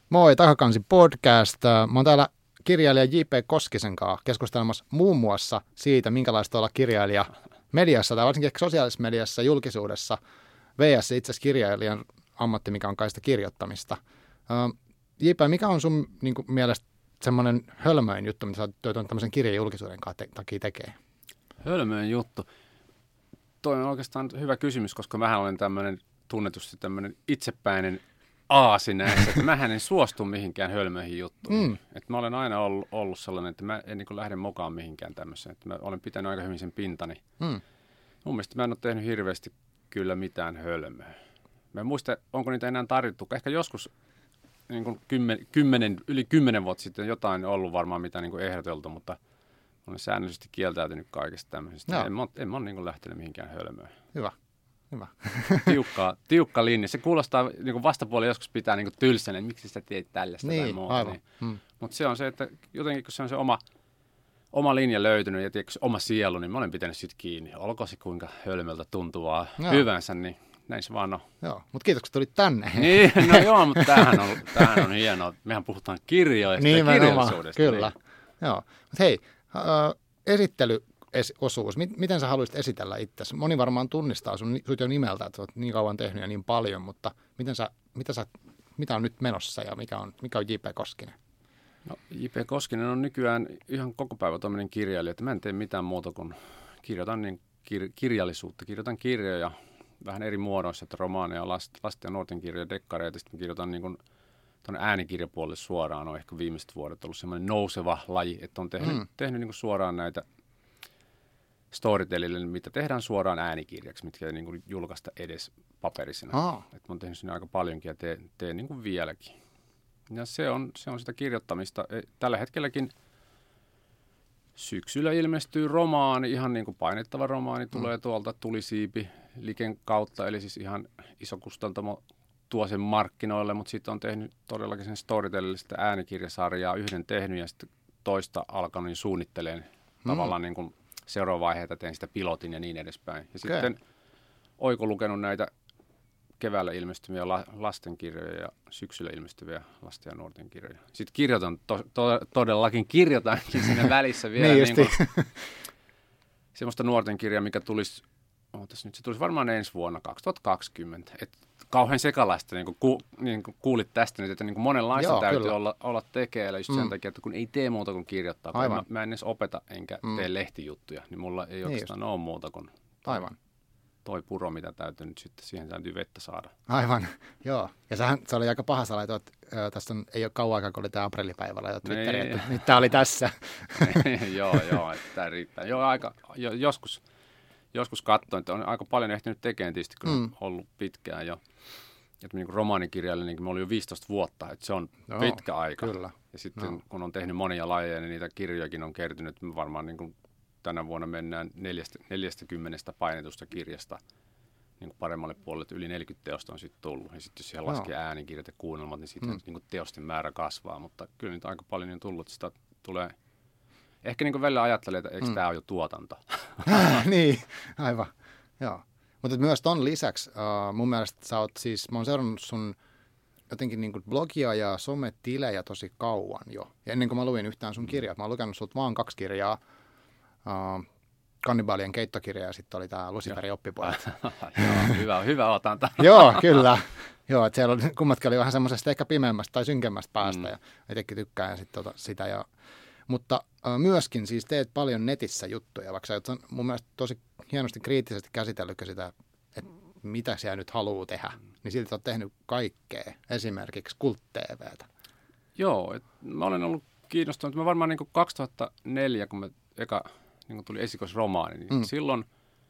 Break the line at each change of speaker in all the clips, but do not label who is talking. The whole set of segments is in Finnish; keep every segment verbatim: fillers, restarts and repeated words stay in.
Moi, Takakansi podcast. Mä oon täällä kirjailija J P Koskisen kanssa keskustelemassa muun muassa siitä, minkälaista olla kirjailija mediassa tai varsinkin sosiaalisessa mediassa, julkisuudessa, versus itse asiassa kirjailijan ammatti, mikä on kai sitä kirjoittamista. J P, mikä on sun niin kuin, mielestä semmoinen hölmöin juttu, mitä sä oot tämmöisen kirjan julkisuuden te- takia tekee?
Hölmöin juttu? Toi on oikeastaan hyvä kysymys, koska mähän olen tämmöinen tunnetusti tämmöinen itsepäinen aasi näissä, että mähän en suostu mihinkään hölmöihin juttuihin. Mm. Että mä olen aina ollut, ollut sellainen, että mä en niin kuin lähde mukaan mihinkään tämmöiseen. Että mä olen pitänyt aika hyvin sen pintani. Mm. Mun mielestä mä en ole tehnyt hirveästi kyllä mitään hölmöä. Mä en muista, onko niitä enää tarjottu. Ehkä joskus niin kuin kymmen, kymmenen, yli kymmenen vuotta sitten jotain ollut varmaan mitä niin kuin ehdoteltu, mutta olen säännöllisesti kieltäytynyt kaikesta tämmöisestä. No. En mä, en mä ole niin kuin lähtenyt mihinkään hölmöön.
Hyvä. Hyvä.
Tiukka, tiukka linja. Se kuulostaa, niin kuin vastapuoli joskus pitää niin kuin tylsänä, että miksi sä teet tällaista
niin,
tai muuta.
Aivan.
Niin.
Mm.
Mutta se on se, että jotenkin kun se on se oma, oma linja löytynyt ja tiedätkö, oma sielu, niin mä olen pitänyt sit kiinni. Olkoon se kuinka hölmöltä tuntuvaa joo. hyvänsä, niin näin se vaan on.
Joo, mutta kiitos, kun tulit tänne.
Niin, no joo, mutta tämähän on, tämähän on hienoa. Mehän puhutaan kirjoista niin, ja kirjallisuudesta.
Kyllä. Niin. Joo, mutta hei, äh, esittely. Osuus. Miten sä haluaisit esitellä itsesi? Moni varmaan tunnistaa sun, sut jo nimeltä, että olet niin kauan tehnyt ja niin paljon, mutta miten sä, mitä, sä, mitä on nyt menossa ja mikä on, mikä on J P Koskinen?
No, J P Koskinen on nykyään ihan koko päivä tämmöinen kirjailija, että mä en tee mitään muuta kuin kirjoitan niin kir- kirjallisuutta. Kirjoitan kirjoja vähän eri muodoissa, että romaaneja, last- lasten ja nuorten kirjoja, dekkareita, sitten kirjoitan niin kuin tuonne äänikirjapuolelle suoraan. On ehkä viimeiset vuodet ollut semmoinen nouseva laji, että on tehnyt, mm. tehnyt niin kuin suoraan näitä storytellille, mitä tehdään suoraan äänikirjaksi, mitkä ei niin kuin julkaista edes paperisena.
Oh.
Et mä oon tehnyt sinne aika paljonkin ja teen, teen niin kuin vieläkin. Ja se on, se on sitä kirjoittamista. Tällä hetkelläkin syksyllä ilmestyy romaani, ihan niin kuin painettava romaani, mm. tulee tuolta Tulisiipi Liken kautta, eli siis ihan iso kustantamo tuo sen markkinoille, mutta sitten on tehnyt todellakin sen storytellille sitä äänikirjasarjaa, yhden tehnyt ja sitten toista alkanut suunnittelemaan mm. tavallaan niin kuin seuraava vaiheita teen sitä pilotin ja niin edespäin. Ja okay. sitten oiko lukenut näitä keväällä ilmestyviä la- lastenkirjoja ja syksyllä ilmestyviä lasten ja nuorten kirjoja. Sitten kirjoitan, to- to- todellakin kirjoitankin siinä välissä vielä niin niin kuin, semmoista nuorten kirjaa, mikä tulisi, ootas nyt, se tulisi varmaan ensi vuonna kaksituhattakaksikymmentä. Et kauhean sekalaista, niin kuin, ku, niin kuin kuulit tästä nyt, että niin kuin monenlaista joo, täytyy olla, olla tekeillä just mm. sen takia, että kun ei tee muuta kuin kirjoittaa. Mä, mä en edes opeta enkä mm. tee lehtijuttuja, niin mulla ei oikeastaan niin ole muuta kuin
aivan.
toi puro, mitä täytyy nyt sitten, siihen täytyy vettä saada.
Aivan, joo. Ja sähän, se oli aika paha, sä laitoit, äh, tästä on, ei ole kauan aikaa, kun oli tämä aprillipäivällä jo Twitteriin, että nyt tää oli tässä.
joo, joo, että tää riittää. Joo, aika, jo, joskus, joskus katsoin, että on aika paljon ehtinyt tekemään tietysti, kun mm. on ollut pitkään jo. Että niin kuin romaanikirjailija, niin mä olin jo viisitoista vuotta, että se on joo, pitkä aika.
Kyllä.
Ja sitten
no.
kun on tehnyt monia lajeja, niin niitä kirjojakin on kertynyt. Varmaan niin kuin tänä vuonna mennään neljästä, neljästäkymmenestä painetusta kirjasta niin kuin paremmalle puolelle, että yli neljäkymmentä teosta on sitten tullut. Ja sitten jos siellä laskee no. äänikirjat ja kuunnelmat, niin sitten mm. niin kuin teosten määrä kasvaa. Mutta kyllä niitä aika paljon on tullut, että sitä tulee. Ehkä niin kuin välillä ajattelee, että eikö mm. tämä ole jo tuotanto?
niin, aivan, joo. Mutta myös ton lisäksi uh, mun mielestä sä oot siis, mä oon seurannut sun jotenkin niin kuin blogia ja sometilejä tosi kauan jo. Ja ennen kuin mä luin yhtään sun kirjaa, mä oon lukenut sulta vaan kaksi kirjaa. Uh, Kannibaalien keittokirja ja sitten oli tää Luciferin oppipojat.
Joo, hyvä, hyvä otanta.
Joo, kyllä. Joo, että siellä oli, kummatkin oli vähän semmoisesta ehkä pimeämmästä tai synkemmästä päästä mm. ja itsekin tykkään ja sit tota, sitä. Ja, mutta uh, myöskin siis teet paljon netissä juttuja, vaikka sä oot mun mielestä tosi hienosti kriittisesti käsitellyt sitä, että mitä siellä nyt haluaa tehdä, niin silti olet tehnyt kaikkea, esimerkiksi Kult-T V:tä.
Joo, et mä olen ollut kiinnostunut. Mä varmaan niin kuin kaksituhattaneljä, kun mä eka niin kun tuli esikoisromaani, niin mm. silloin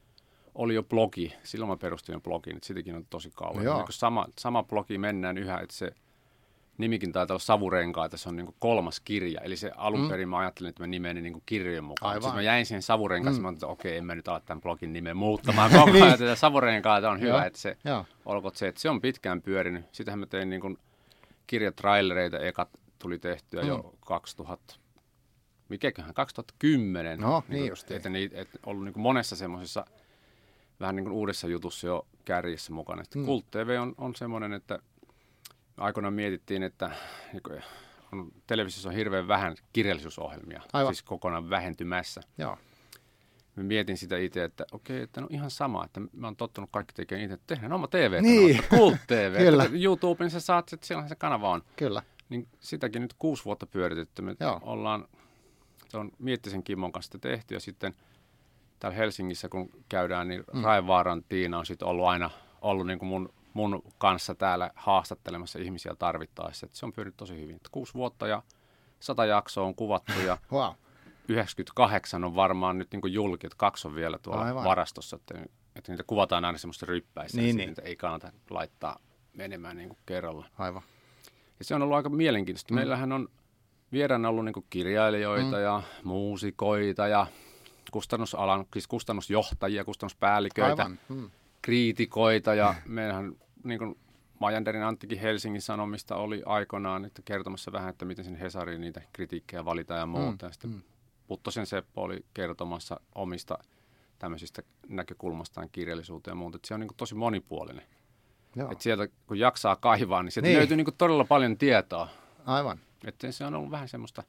oli jo blogi. Silloin mä perustin jo blogin, että sitäkin on tosi kauan. Niin sama, sama blogi mennään yhä, että se nimikin taitaa olla Savurenkaita, se on niin kuin kolmas kirja. Eli se alun perin mm. mä ajattelin, että mä nimeni niin kuin kirjojen mukaan. Sitten mä jäin siihen Savurenkaisiin, mm. mä ajattelin, että okei, en mä nyt ala tämän blogin nimen muuttamaan koko ajan. Että Savurenkaita on hyvä, että se, olkoon se, että se on pitkään pyörinyt. Sitähän mä tein niin kuin kirjatrailereita, ekat tuli tehtyä mm. jo kaksituhatta, mikäköhän, kaksituhattakymmenen.
No, niin,
niin
justiin.
Että niitä et ollut niin kuin monessa semmoisessa vähän niin kuin uudessa jutussa jo kärjessä mukana. Mm. Kult-T V on, on semmoinen, että aikoinaan mietittiin, että niin on, televisiossa on hirveän vähän kirjallisuusohjelmia, Aivan. siis kokonaan vähentymässä.
Joo.
Mä mietin sitä itse, että okei, että no ihan sama, että mä oon tottunut kaikki tekemään itse, että tehdään oma T V,
niin.
Kult T V, YouTuben sä saat, että siellä se kanava on.
Kyllä.
Niin sitäkin nyt kuusi vuotta pyöritetty. Me Joo. ollaan, se on Miettisen Kimmon kanssa sitä tehty ja sitten täällä Helsingissä kun käydään, niin mm. Raivaaran Tiina on sitten ollut aina ollut niin kuin mun, mun kanssa täällä haastattelemassa ihmisiä tarvittaessa. Että se on pyörinyt tosi hyvin. Että kuusi vuotta ja sata jaksoa on kuvattu ja
wow.
yhdeksänkymmentäkahdeksan on varmaan nyt niin kuin julki, että kaksi on vielä tuolla Aivan. varastossa. Että, että niitä kuvataan aina semmoista ryppäissä.
Niin,
niin.
Niitä
ei kannata laittaa menemään niin kuin kerralla.
Aivan.
Ja se on ollut aika mielenkiintoista. Mm. Meillähän on vieraana ollut niin kuin kirjailijoita mm. ja muusikoita ja kustannusalan, siis kustannusjohtajia, kustannuspäälliköitä, mm. kriitikoita ja meillähän niin kuin Majanderin Anttikin Helsingin Sanomista oli aikoinaan että kertomassa vähän, että miten sen Hesariin niitä kritiikkejä valitaan ja muuta. Mm. Ja sitten mm. Puttosen Seppo oli kertomassa omista tämmöisistä näkökulmastaan kirjallisuuteen ja muuta. Että se on niin kuin tosi monipuolinen. Että sieltä kun jaksaa kaivaa, niin sieltä niin. löytyy niin kuin todella paljon tietoa.
Aivan.
Että se on ollut vähän semmoista,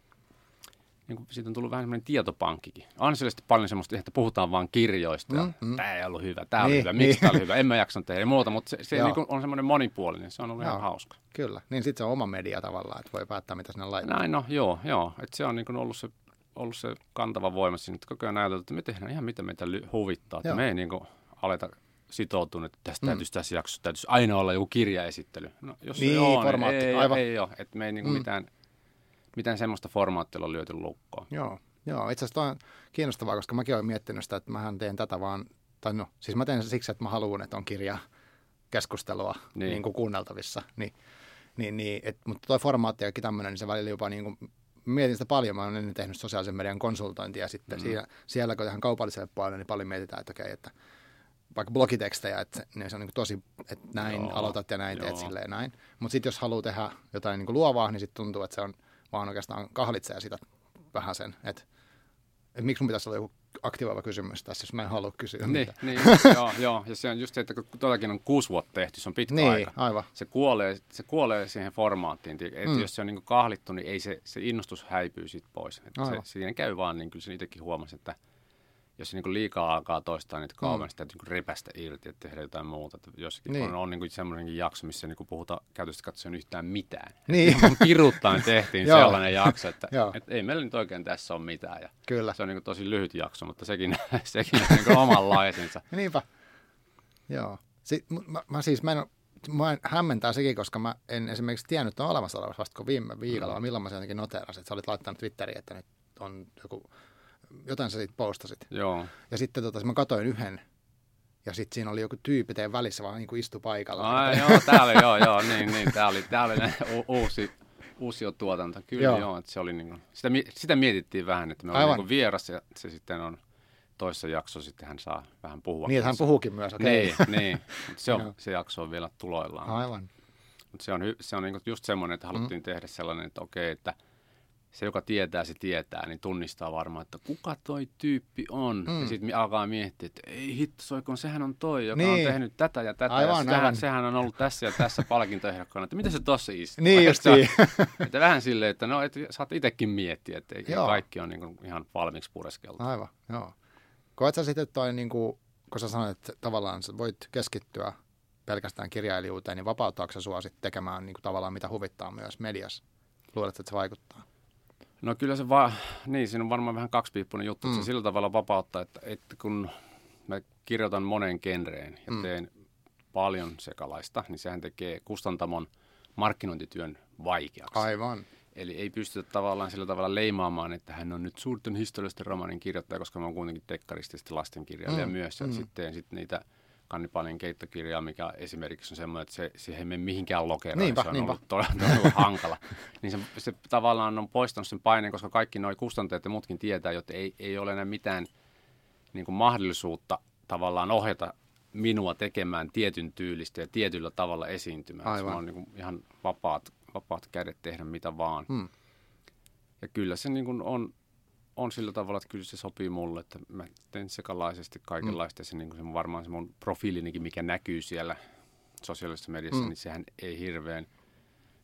niin kuin siitä on tullut vähän semmoinen tietopankkikin. On selvästi paljon semmoista, että puhutaan vaan kirjoista. Mm, mm. Tämä ei ollut hyvä, tämä niin, oli hyvä, miksi niin. tämä oli hyvä, en mä jaksanut tehdä ja muuta. Mutta se, se niin kuin on semmoinen monipuolinen, se on ollut joo. ihan hauska.
Kyllä, niin sitten se on oma media tavallaan, että voi päättää mitä sinne laittaa.
Näin no, joo, joo. Että se on niin kuin ollut se, ollut se kantava voima siinä, että koko ajan ajateltu, että me tehdään ihan mitä meitä huvittaa. Että me ei niin kuin aleta sitoutunut, että tästä mm. täytyisi tässä jaksossa täytyisi aina olla joku kirjaesittely. No, jos
niin,
se on,
formaatti.
Ei,
Aivan.
ei ole. Että me ei niinku mm. mitään, mitään semmoista formaattia ole lyöty lukkoon.
Joo, joo. Itse asiassa on kiinnostavaa, koska mäkin olen miettinyt sitä, että mähän teen tätä vaan, tai no, siis mä teen siksi, että mä haluan, että on kirja keskustelua niin. Niin kuin kuunneltavissa. Niin, niin, niin, et, mutta tuo formaatti ja tämmöinen, niin se välillä jopa niin kuin, mietin sitä paljon. Mä olen ennen tehnyt sosiaalisen median konsultointia ja sitten mm. siellä, siellä, kun tähän kaupalliselle puolelle, niin paljon mietitään, että okei, että vaikka blogitekstejä, että ne on niin tosi, että näin joo, aloitat ja näin joo. teet silleen näin. Mutta sitten jos haluaa tehdä jotain niin luovaa, niin sitten tuntuu, että se on vaan oikeastaan kahlitsee sitä vähän sen, että, että miksi mun pitäisi olla joku aktivoiva kysymys tässä, jos mä en halua kysyä
niin,
mitään.
Niin, joo, joo, ja se on just se, että kun todellakin on kuusi vuotta tehty, se on pitkä
niin,
aika.
Aivan.
Se kuolee, se kuolee siihen formaattiin, että mm. jos se on niin kahlittu, niin ei se, se innostus häipyy siitä pois. Että se, siinä käy vaan, niin kyllä se itsekin huomasi, että jos se niin liikaa alkaa toistaa niitä kaupan, mm. niin sitä täytyy niin repästä irti, että tehdä jotain muuta. Että jossakin niin. on, on niin semmoinenkin jakso, missä niin puhutaan käytössä katsoen yhtään mitään.
Niin.
Kiruttain tehtiin sellainen jakso, että, että ei meillä nyt oikein tässä ole mitään. Ja
kyllä.
Se on niin tosi lyhyt jakso, mutta sekin, sekin on niin omanlaisensa.
Niinpä. Joo. Si- mä, mä siis mä en, mä en hämmentää sekin, koska mä en esimerkiksi tiennyt, että on olemassa olevassa vasta kuin viime viikolla, mm. milloin mä sen jotenkin noterasin, että sä olit laittanut Twitteriin, että nyt on joku jotain sä siitä postasit.
Joo.
Ja sitten tota, mä katsoin yhden, ja sitten siinä oli joku tyyppi teidän välissä, vaan niin kuin istui paikalla.
Ai joo, tää oli, joo, joo, niin, niin, tää oli, tää oli u- uusi, uusi tuotanto. Kyllä joo, joo että se oli niin kuin, sitä, sitä mietittiin vähän, että me ollaan niin kuin vieras, ja se sitten on toisessa jaksossa, sitten hän saa vähän puhua.
Niin, että hän puhuukin myös, okei.
Okay. Niin, niin. se, on, se jakso on vielä tuloillaan.
Aivan.
Mutta se on, se on niin kuin just semmoinen, että haluttiin mm. tehdä sellainen, että okei, okay, että se, joka tietää, se tietää, niin tunnistaa varmaan, että kuka toi tyyppi on. Mm. Ja sitten alkaa miettiä, että ei hitto soikoon, sehän on toi, joka niin. on tehnyt tätä ja tätä.
Aivan,
ja sehän,
aivan.
sehän on ollut tässä ja tässä palkintoehdokkaana. Että mitä se tossa istuu?
Niin justiin.
Että vähän silleen, että no, et saat itsekin miettiä, että ei kaikki on niin kuin ihan valmiiksi pureskeltu.
Aivan, joo. Koet sä sitten toi, niin kuin, kun sä sanoit, että tavallaan sä voit keskittyä pelkästään kirjailijuuteen, niin vapauttaako sä sua sitten tekemään niin kuin, tavallaan mitä huvittaa myös mediassa? Luuletko, että se vaikuttaa?
No kyllä se vaan, niin siinä on varmaan vähän kaksipiippunen juttu, että mm. se sillä tavalla vapauttaa, että, että kun mä kirjoitan moneen genreen ja mm. teen paljon sekalaista, niin sehän tekee kustantamon markkinointityön vaikeaksi.
Aivan.
Eli ei pystytä tavallaan sillä tavalla leimaamaan, että hän on nyt suurten historiallisten romaanin kirjoittaja, koska mä oon kuitenkin dekkaristisesti lastenkirjailija mm. myös ja mm. sitten teen sit niitä Kannibaalin keittokirjaa, mikä esimerkiksi on semmoinen, että se, siihen ei mene mihinkään lokeroon.
Niinpä,
se on
niinpä.
ollut todella, todella hankala. Niin se, se tavallaan on poistanut sen paineen, koska kaikki nuo kustantajat ja muutkin tietää, että ei, ei ole enää mitään niin kuin mahdollisuutta tavallaan ohjata minua tekemään tietyn tyylistä ja tietyllä tavalla esiintymään. Aivan. Se on niin kuin ihan vapaat, vapaat kädet tehdä mitä vaan. Hmm. Ja kyllä se niin kuin on... On sillä tavalla, että kyllä se sopii mulle, että mä teen sekalaisesti kaikenlaista. Mm. Se, niin se varmaan se mun profiilinikin, mikä näkyy siellä sosiaalisessa mediassa, mm. niin sehän ei hirveän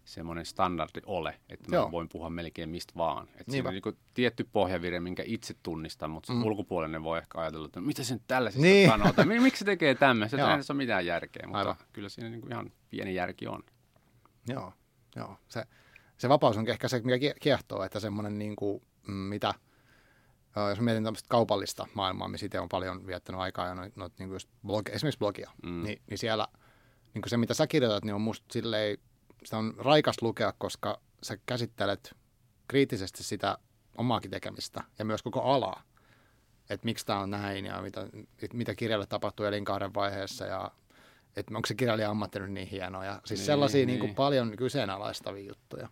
semmoinen standardi ole, että mä
Joo.
voin puhua melkein mistä vaan. Että siinä
Niinpä.
on niin kuin tietty pohjavire, minkä itse tunnistan, mutta se
Mm.
ulkopuolinen voi ehkä ajatella, että mitä sen tällaisesta
Niin.
sanoo, tai miksi se tekee tämmöistä,
Joo.
että ei se ole mitään järkeä, mutta
Aivan.
kyllä siinä niin kuin ihan pieni järki on.
Joo, joo. Se, se vapaus on ehkä se, mikä kie- kiehtoo, että semmoinen, niin kuin, mm, mitä, ö, jos mietin tämmöistä kaupallista maailmaa, missä itse on paljon viettänyt aikaa, ja noit, noit, niin kuin just blogi, esimerkiksi blogia,
Mm.
niin, niin siellä niin kuin se, mitä sä kirjoitat, niin on musta silleen, sitä on raikas lukea, koska sä käsittelet kriittisesti sitä omaakin tekemistä ja myös koko alaa. Että miksi tämä on näin ja mitä, et mitä kirjalle tapahtuu elinkaaren vaiheessa ja että onko se kirjailijan ammatti nyt niin hieno. Ja siis
Niin,
sellaisia niin.
niin.
Niin kuin paljon kyseenalaistavia juttuja.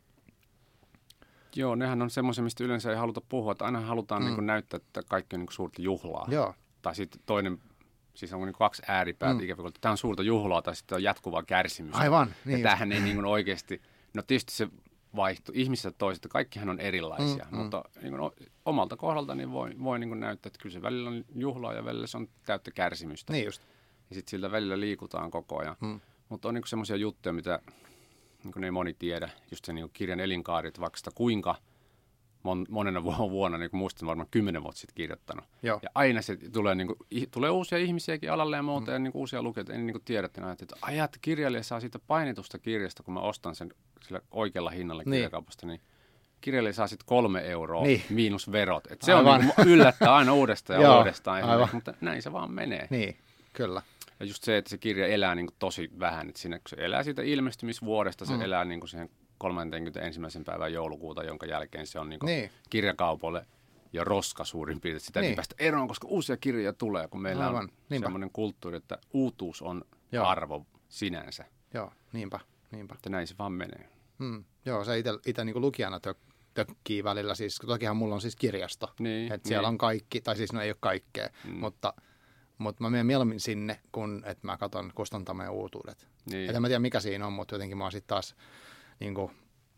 Joo, nehän on semmoisia, mistä yleensä ei haluta puhua, että aina halutaan
Mm.
niin kuin näyttää, että kaikki on niin kuin suurta juhlaa.
Joo,
Tai sitten toinen, siis on niin kuin kaksi ääripäät
Mm.
ikävä kyllä, että tämä on suurta juhlaa tai sitten on jatkuvaa kärsimystä.
aivan.
Ja
Niin.
tämähän ei niin kuin oikeasti, no tietysti se vaihtuu ihmisistä toisesta, kaikkihan on erilaisia,
Mm, mm.
mutta niin kuin omalta kohdalta niin voi, voi niin kuin näyttää, että kyllä se välillä on juhlaa ja välillä se on täyttä kärsimystä.
Niin just.
Ja sitten siltä välillä liikutaan koko ajan.
Mm.
Mutta on niin kuin semmoisia juttuja, mitä niin kuin ei moni tiedä, just se niin kuin kirjan elinkaarit, vaikka sitä kuinka mon, monena vu- vuonna, niin kuin muistan varmaan kymmenen vuotta sitten kirjoittanut.
Joo.
Ja aina se tulee, niin kuin, i- tulee uusia ihmisiäkin alalle ja muuta, mm. ja niin kuin uusia lukijoita. En niin kuin tiedä, että, että ajat kirjailija saa siitä painetusta kirjasta, kun mä ostan sen sillä oikealla hinnalla
Niin.
kirjakaupasta, niin kirjailija saa sitten kolme euroa
Niin.
miinus verot. Et se
Aivan.
on niin kuin, yllättää aina uudestaan ja
Joo,
uudestaan,
aivan.
mutta näin se vaan menee.
Niin, kyllä.
Ja just se, että se kirja elää niin kuin tosi vähän, että siinä, kun se elää siitä ilmestymisvuodesta, se
Mm.
elää niin kuin siihen kolmaskymmenesensimmäinen päivän joulukuuta, jonka jälkeen se on niin kuin
Niin.
kirjakaupoille jo roska suurin piirtein. Sitä
Niin.
ei päästä eroon, koska uusia kirjoja tulee, kun meillä
Aivan,
on
niinpä.
semmoinen kulttuuri, että uutuus on
Joo.
arvo sinänsä.
Joo, niinpä, niinpä.
Että näin se vaan menee.
Mm. Joo, se itse niin lukijana tök, tökkii välillä. Siis, tokihan mulla on siis kirjasto.
Niin,
Että siellä
niin.
on kaikki, tai siis no ei ole kaikkea,
Mm.
mutta, mutta mä menen mieluummin sinne, kun että mä katson kustantamien uutuudet.
Niin.
Et en mä tiedä mikä siinä on, mutta jotenkin mä oon sitten taas niin kuin,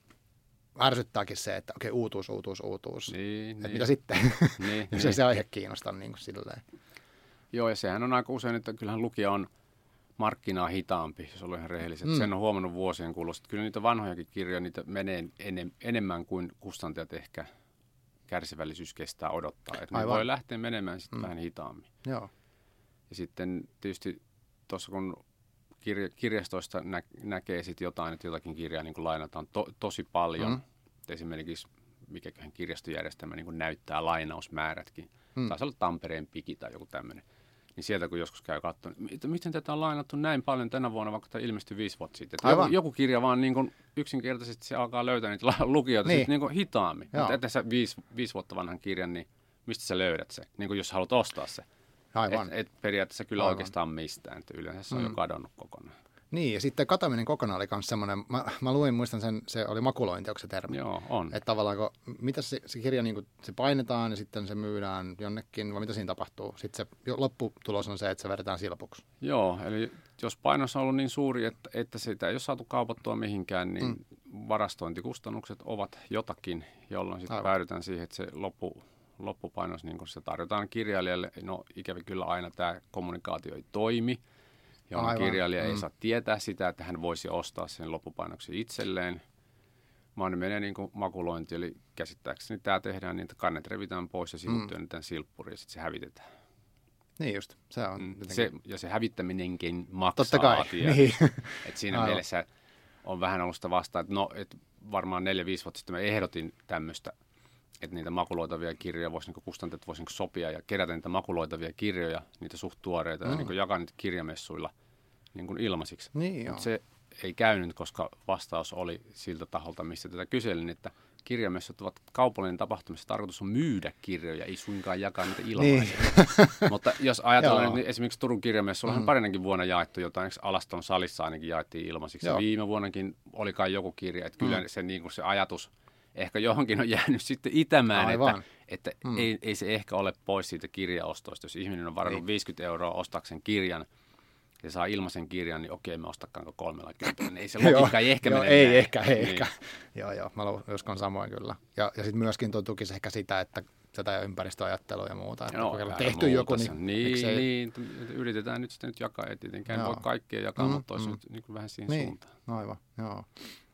ärsyttääkin se, että okei, uutuus, uutuus, uutuus.
Niin,
Että
niin.
mitä sitten,
Niin,
jos
niin.
ei se aihe kiinnosta niin kuin silleen.
Joo, ja sehän on aika usein, että kyllähän lukija on markkinaa hitaampi, jos olen ihan rehellisesti.
Mm.
Mm. Sen on huomannut vuosien kulussa. Kyllä niitä vanhojakin kirjoja, niitä menee enem, enemmän kuin kustantajat ehkä kärsivällisyys kestää odottaa. Että ne
Aivan.
voi lähteä menemään sitten
Mm.
vähän hitaammin.
Joo,
Ja sitten tietysti tuossa kun kirja, kirjastoista nä, näkee sitten jotain, että jotakin kirjaa niin kuin lainataan to, tosi paljon.
Mm.
Mm. Esimerkiksi mikäköhän kirjastojärjestelmä niin kuin näyttää lainausmäärätkin.
Mm.
Mm. Taisi olla Tampereen Piki tai joku tämmöinen. Niin sieltä kun joskus käy katsomaan, että miten tätä on lainattu näin paljon tänä vuonna, vaikka tämä ilmestyi viisi vuotta sitten. Että joku,
Aivan.
joku kirja vaan niin kuin yksinkertaisesti se alkaa löytää niitä la- lukijoita
Niin.
niin. Niin kuin hitaammin.
Joo.
Mutta että sä viisi, viisi vuotta vanhan kirjan, niin mistä sä löydät se, niin kuin jos haluat ostaa se.
aivan.
Et, et periaatteessa kyllä
Aivan.
oikeastaan mistään, että yleensä se on
Mm.
jo kadonnut kokonaan.
Niin, ja sitten kataminen kokonaan oli myös semmoinen, mä, mä luin, muistan sen, se oli makulointi, onko se termi?
Joo, on.
Että tavallaan, kun, mitä se, se kirja, niin kuin, se painetaan ja sitten se myydään jonnekin, vai mitä siinä tapahtuu? Sitten se jo- lopputulos on se, että se vedetään silpuksi.
Joo, eli jos painos on ollut niin suuri, että, että sitä ei ole saatu kaupattua mihinkään, niin mm. varastointikustannukset ovat jotakin, jolloin sitten
Aivan.
päädytään siihen, että se loppu, loppupainos, niin kun se tarjotaan kirjailijalle, no ikävä kyllä aina tämä kommunikaatio ei toimi, jolloin
Aivan.
kirjailija
Mm.
ei saa tietää sitä, että hän voisi ostaa sen loppupainoksen itselleen, vaan ne menee niin kuin makulointi, eli käsittääkseni tämä tehdään niin, että kannet revitään pois ja sivut
Mm.
työnnetään silppuriin ja sitten se hävitetään.
Niin just, se on
Mm,
jotenkin...
Se, ja se hävittäminenkin maksaa.
Totta kai,
tiedät.
niin.
Et siinä
Aivan.
mielessä on vähän ollut sitä vastaan, että no, et varmaan neljä, viisi vuotta sitten mä ehdotin tämmöistä, että niitä makuloitavia kirjoja voisi niin kustantajat voisi niin sopia ja kerätä niitä makuloitavia kirjoja, niitä suht tuoreita
Mm.
ja niin jakaa niitä kirjamessuilla niin kuin ilmaisiksi.
Niin joo.
Mutta se ei käynyt, koska vastaus oli siltä taholta, mistä tätä kyselin, että kirjamessut ovat kaupallinen tapahtumissa. Tarkoitus on myydä kirjoja, ei suinkaan jakaa niitä ilmaisesti.
Niin.
Mutta jos ajatellaan,
Joo.
niin esimerkiksi Turun kirjamessuilla on
Mm.
parinakin vuonna jaettu jotain, eikö Alaston salissa ainakin jaettiin ilmaisiksi.
Joo.
Viime vuonnakin oli kai joku kirja, että kyllä
Mm.
se, niin kuin se ajatus ehkä johonkin on jäänyt sitten itämään,
Aivan.
että, että
Mm.
ei, ei se ehkä ole pois siitä kirjaostoista. Jos ihminen on varannut
Niin.
viisikymmentä euroa ostaakseen kirjan, ja saa ilmaisen kirjan, niin okei, mä ostakaanko kolmella kympillä. Ei se
Joo,
logiikka ei ehkä
joo,
mene
ei
näin.
ehkä, ei
Niin.
ehkä. Joo, joo, mä lu- uskon samoin kyllä. Ja, ja sitten myöskin tuo tukisi ehkä sitä, että tätä ympäristöajattelua ja muuta. Että
Joo,
kun on
älä
tehty
muuta
joku,
se.
niin,
niin,
miksei...
niin, yritetään nyt sitä nyt jakaa, et tietenkään
Joo.
voi kaikkea jakaa,
Mm,
mutta olisi
mm.
nyt niin kuin vähän siihen
Niin.
suuntaan.
Aivan, joo.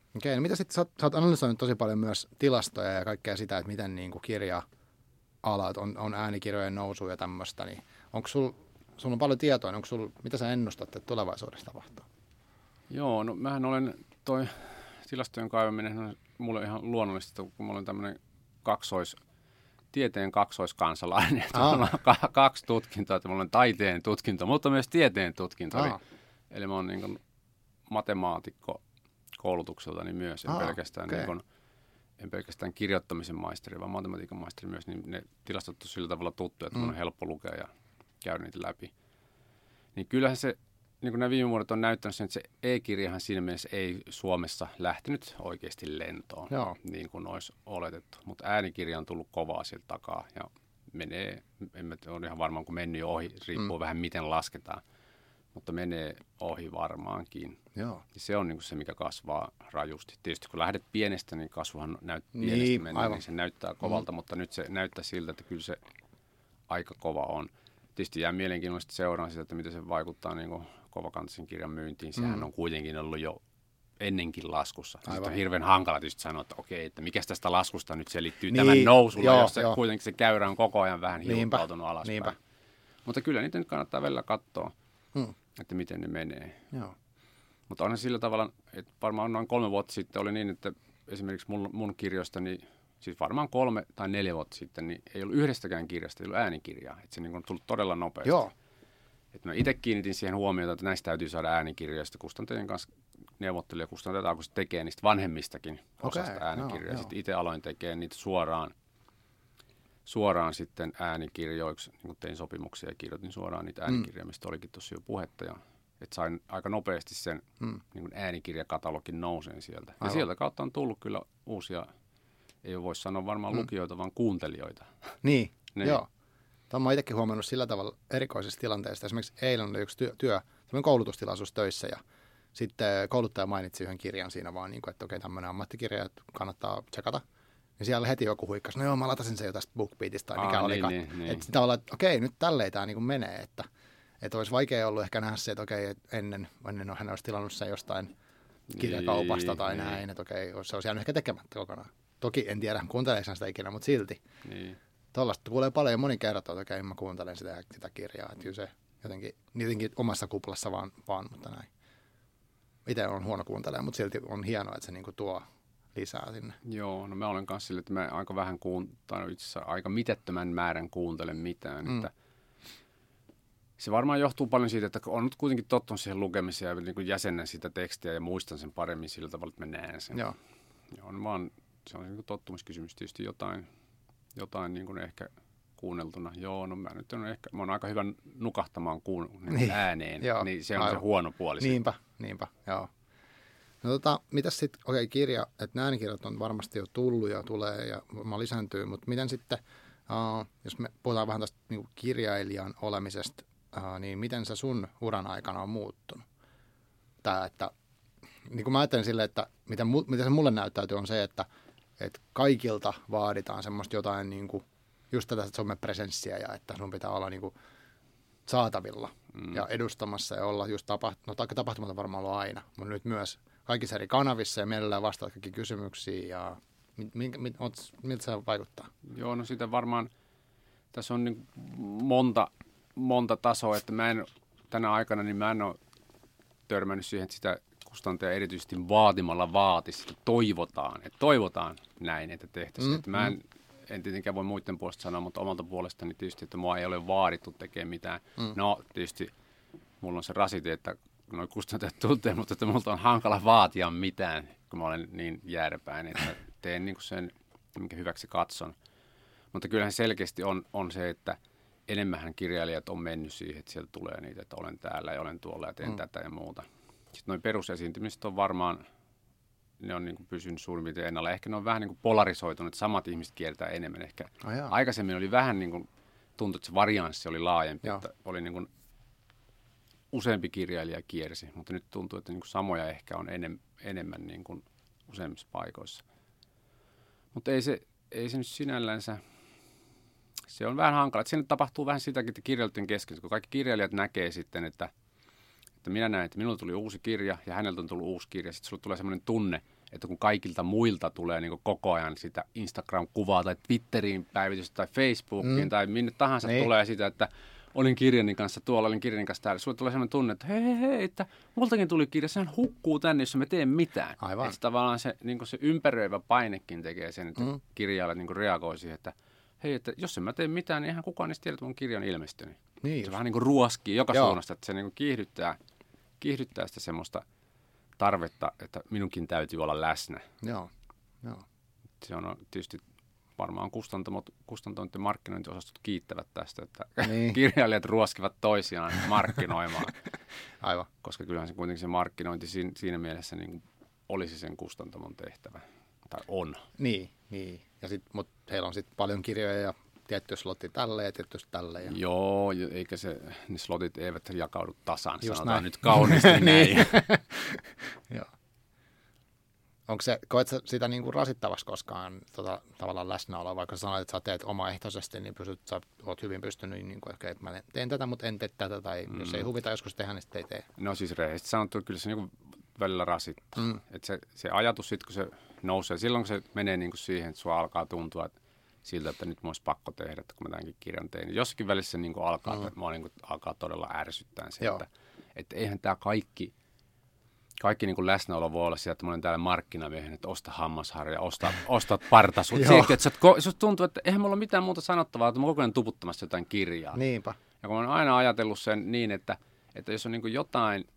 Okei, no mitä sitten, sä, sä oot analysoinut tosi paljon myös tilastoja ja kaikkea sitä, että miten niin kuin kirja-alat on, on äänikirjojen nousu ja tämmöistä, niin onko sul, sulla on paljon tietoa, niin onko sul, mitä sä ennustat, että tulevaisuudessa tapahtuu?
Joo, no mähän olen, toi tilastojen kaivaminen on mulle ihan luonnollista, kun mulla on tämmöinen kaksois, tieteen kaksoiskansalainen, että mulla on kaksi tutkintoa, että mulla on taiteen tutkinto, mutta myös tieteen tutkinto. Eli, eli mä oon niin kuin matemaatikko koulutukseltani myös, en, Aa, pelkästään, okay. niin kuin, en pelkästään kirjoittamisen maisteri, vaan matematiikan maisteri myös, niin ne tilastot on sillä tavalla tuttuja, että mm. mun on helppo lukea ja käydä niitä läpi. Niin kyllähän se, niin kuin nämä viime vuodet on näyttänyt sen, että se e-kirjahan siinä mielessä ei Suomessa lähtenyt oikeasti lentoon, Joo. niin kuin olisi oletettu. Mutta äänikirja on tullut kovaa sieltä takaa ja menee, en mä ole ihan varmaan kun mennyt jo ohi, riippuu mm. vähän miten lasketaan, mutta menee ohi varmaankin. Joo. Ja se on niin kuin se, mikä kasvaa rajusti. Tietysti kun lähdet pienestä, niin kasvuhan näyttää pienestä niin, mennä, niin se näyttää kovalta, mm. mutta nyt se näyttää siltä, että kyllä se aika kova on. Tietysti jää mielenkiintoisesti seuraan sitä, että miten se vaikuttaa niin kuin kovakantisen kirjan myyntiin. Sehän mm. on kuitenkin ollut jo ennenkin laskussa. Sitten on hirveän hankala tietysti sanoa, että okei, että mikä tästä laskusta nyt selittyy niin, tämän nousulla, joo, jossa jo. kuitenkin se käyrä on koko ajan vähän hiuppautunut alaspäin. Niinpä. Mutta kyllä niitä nyt kannattaa välillä katsoa, hmm. että miten ne menee. Joo. Mutta onhan sillä tavalla, että varmaan noin kolme vuotta sitten oli niin, että esimerkiksi mun, mun kirjoistani, siis varmaan kolme tai neljä vuotta sitten, niin ei ollut yhdestäkään kirjasta, ei ollut äänikirjaa. Että se niin on tullut todella nopeasti. Joo. Että mä itse kiinnitin siihen huomiota, että näistä täytyy saada äänikirjoja. Sitten kustantajien kanssa neuvottelin ja kustantajat alkoi tekee niistä vanhemmistakin osasta okay, äänikirjoja. No, sitten itse aloin tekemään niitä suoraan, suoraan sitten äänikirjoiksi. Niin kun tein sopimuksia ja kirjoitin suoraan niitä äänikirjoja, mm. mistä olikin tossa jo puhetta. Ja, että sain aika nopeasti sen mm. niin äänikirjakatalogin nouseen sieltä. Aivan. Ja sieltä kautta on tullut kyllä uusia, ei voi sanoa varmaan mm. lukijoita, vaan kuuntelijoita.
Niin, niin. Joo. Tämä olen itsekin huomannut sillä tavalla erikoisessa tilanteessa. Esimerkiksi eilen oli yksi työ, työ koulutustilaisuus töissä ja sitten kouluttaja mainitsi yhden kirjan siinä vaan, niin kuin, että okei, tämmöinen ammattikirja, että kannattaa tsekata. Ja siellä heti joku huikkasi, no joo, mä latasin sen jo tästä BookBeatista tai mikä Aa, olikaan. Niin, niin, että tavallaan, että okei, nyt tälleen tämä niin menee. Että, että olisi vaikea ollut ehkä nähdä se, että okei, että ennen, ennen hän olisi tilannut sen jostain kirjakaupasta tai niin, näin, että okei, se olisi jäänyt ehkä tekemättä kokonaan. Toki en tiedä, kuunteleeko sitä ikinä, mutta silti. Niin. Tuollaista kuulee paljon ja moni kertoo, että okei, mä kuuntelen sitä, sitä kirjaa. Että kyllä se jotenkin, jotenkin omassa kuplassa vaan, vaan, mutta näin. Itse on huono kuuntelemaan, mutta silti on hienoa, että se niinku tuo lisää sinne. Joo, no mä olen kanssa sille, että mä aika vähän kuuntelen, itse asiassa aika mitättömän määrän kuuntelen mitään. Mm. Että se varmaan johtuu paljon siitä, että on nyt kuitenkin tottunut siihen lukemiseen ja niin jäsennän sitä tekstiä ja muistan sen paremmin sillä tavalla, että mä näen sen. Joo. Joo, no vaan, se on niin tottumuskysymys tietysti jotain. Jotain niin kuin ehkä kuunneltuna. Joo, no mä nyt on ehkä, mä oon aika hyvä nukahtamaan kuun, niin niin, ääneen, joo, niin se on aivan. Se huono puoli. Niinpä, niinpä, joo. No tota, mitäs sitten, okei okay, kirja, että äänikirjat on varmasti jo tullut ja tulee ja varmaan lisääntyy, mutta miten sitten, uh, jos me puhutaan vähän tästä niin kuin kirjailijan olemisesta, uh, niin miten se sun uran aikana on muuttunut? Tää, että, niin kuin mä ajattelen silleen, että miten, miten se mulle näyttäytyy on se, että että kaikilta vaaditaan semmoista jotain niin kuin, just tätä somepresenssiä ja että sun pitää olla niin kuin, saatavilla mm. ja edustamassa ja olla just tapahtuma, no tapahtumat on varmaan ollut aina, mutta nyt myös kaikissa eri kanavissa ja mielellään vastaat kaikki kysymyksiin ja mit, mit, oot, miltä se vaikuttaa? Joo, no sitä varmaan, tässä on niin monta, monta tasoa, että mä en tänä aikana, niin mä en ole törmännyt siihen, että sitä kustantaja erityisesti vaatimalla vaatisi, että toivotaan, että toivotaan näin, että tehtäisiin. Mm, että mä en, mm. en tietenkään voi muiden puolesta sanoa, mutta omalta puolestani tietysti, että mua ei ole vaadittu tekemään mitään. Mm. No tietysti mulla on se rasite, että nuo kustantajat tuntee, mutta että multa on hankala vaatia mitään, kun mä olen niin jääräpäin, että teen niin kuin sen, minkä hyväksi katson. Mutta kyllähän selkeästi on, on se, että enemmänhän kirjailijat on mennyt siihen, että sieltä tulee niitä, että olen täällä ja olen tuolla ja teen mm. tätä ja muuta. Sitten noin perusesiintymiset on varmaan, ne on niin kuin pysynyt suurin piirtein ennalla. Ehkä ne on vähän niin kuin polarisoitunut, että samat ihmiset kiertää enemmän. Ehkä oh, aikaisemmin oli vähän niin kuin, tuntui, että se varianssi oli laajempi, että oli niin kuin useampi kirjailija kiersi, mutta nyt tuntuu, että niin kuin samoja ehkä on enem, enemmän niin kuin useimmissa paikoissa. Mutta ei se, ei se nyt sinällänsä, se on vähän hankala. Siinä tapahtuu vähän sitäkin, että kirjailijoiden kesken, kun kaikki kirjailijat näkee sitten, että että minä näen, että minulle tuli uusi kirja ja häneltä on tullut uusi kirja. Sitten sulle tulee semmoinen tunne,
että kun kaikilta muilta tulee niin kuin koko ajan sitä Instagram-kuvaa tai Twitteriin päivitystä tai Facebookiin mm. tai minne tahansa niin. tulee sitä, että olin kirjani kanssa tuolla, olin kirjani kanssa täällä. Sulle tulee sellainen tunne, että hei, hei, hei, että multakin tuli kirja, sehän hukkuu tänne, jos me teen mitään.
Aivan.
Että tavallaan se, niin se ympäröivä painekin tekee sen, että mm. kirjailijat niin reagoi siihen, että hei, että jos en mä tee mitään, niin eihän kukaan edes tiedä, että mun kirja on ilmestynyt. Niin se vähän niin kuin ruoskii joka Joo. suunnasta, että se niin kuin kiihdyttää, kiihdyttää sitä semmoista tarvetta, että minunkin täytyy olla läsnä.
Joo. Joo.
Se on tietysti varmaan kustantamot, kustantamoiden markkinointiosastot kiittävät tästä, että niin. kirjailijat ruoskivat toisiaan markkinoimaan.
Aivan.
Koska kyllähän se kuitenkin se markkinointi siinä, siinä mielessä niin kuin olisi sen kustantamon tehtävä. Tai on.
Niin, niin. Ja sit, mutta heillä on sitten paljon kirjoja ja tietty slotti tälle ja tietty tälle. Ja...
Joo, eikä se, ne slotit eivät jakaudu tasan,
Just
sanotaan
näin.
nyt kauniisti näin.
niin. Joo. Onko se, koet sä sitä niin kuin rasittavaksi koskaan tota, tavallaan läsnäoloa, vaikka sä sanoit, että sä teet omaehtoisesti, niin pysyt, sä oot hyvin pystynyt, niin kuin, okay, että mä teen tätä, mutta en tee tätä, tai mm. jos ei huvita joskus tehdä, niin sitten ei tee.
No siis rehellisesti sanottu, kyllä se niin kuin välillä rasittaa. Mm. Että se, se ajatus sitten, kun se nousee, silloin kun se menee niin kuin siihen, että sua alkaa tuntua että siltä, että nyt mun olisi pakko tehdä, että kun mä tämänkin kirjan tein, niin jossakin välissä se niin kuin alkaa, mm. että mua niin kuin alkaa todella ärsyttää se, että, että eihän tämä kaikki... Kaikki niin kuin läsnäolo voi olla sieltä, että mä olen täällä markkinamiehen, että osta hammasharja, osta, osta partasut. Sieltä, että se tuntuu, että eihän mulla ole mitään muuta sanottavaa, että mä oon koko ajan tuputtamassa jotain kirjaa.
Niinpä.
Ja kun mä oon aina ajatellut sen niin, että, että jos on niin kuin jotain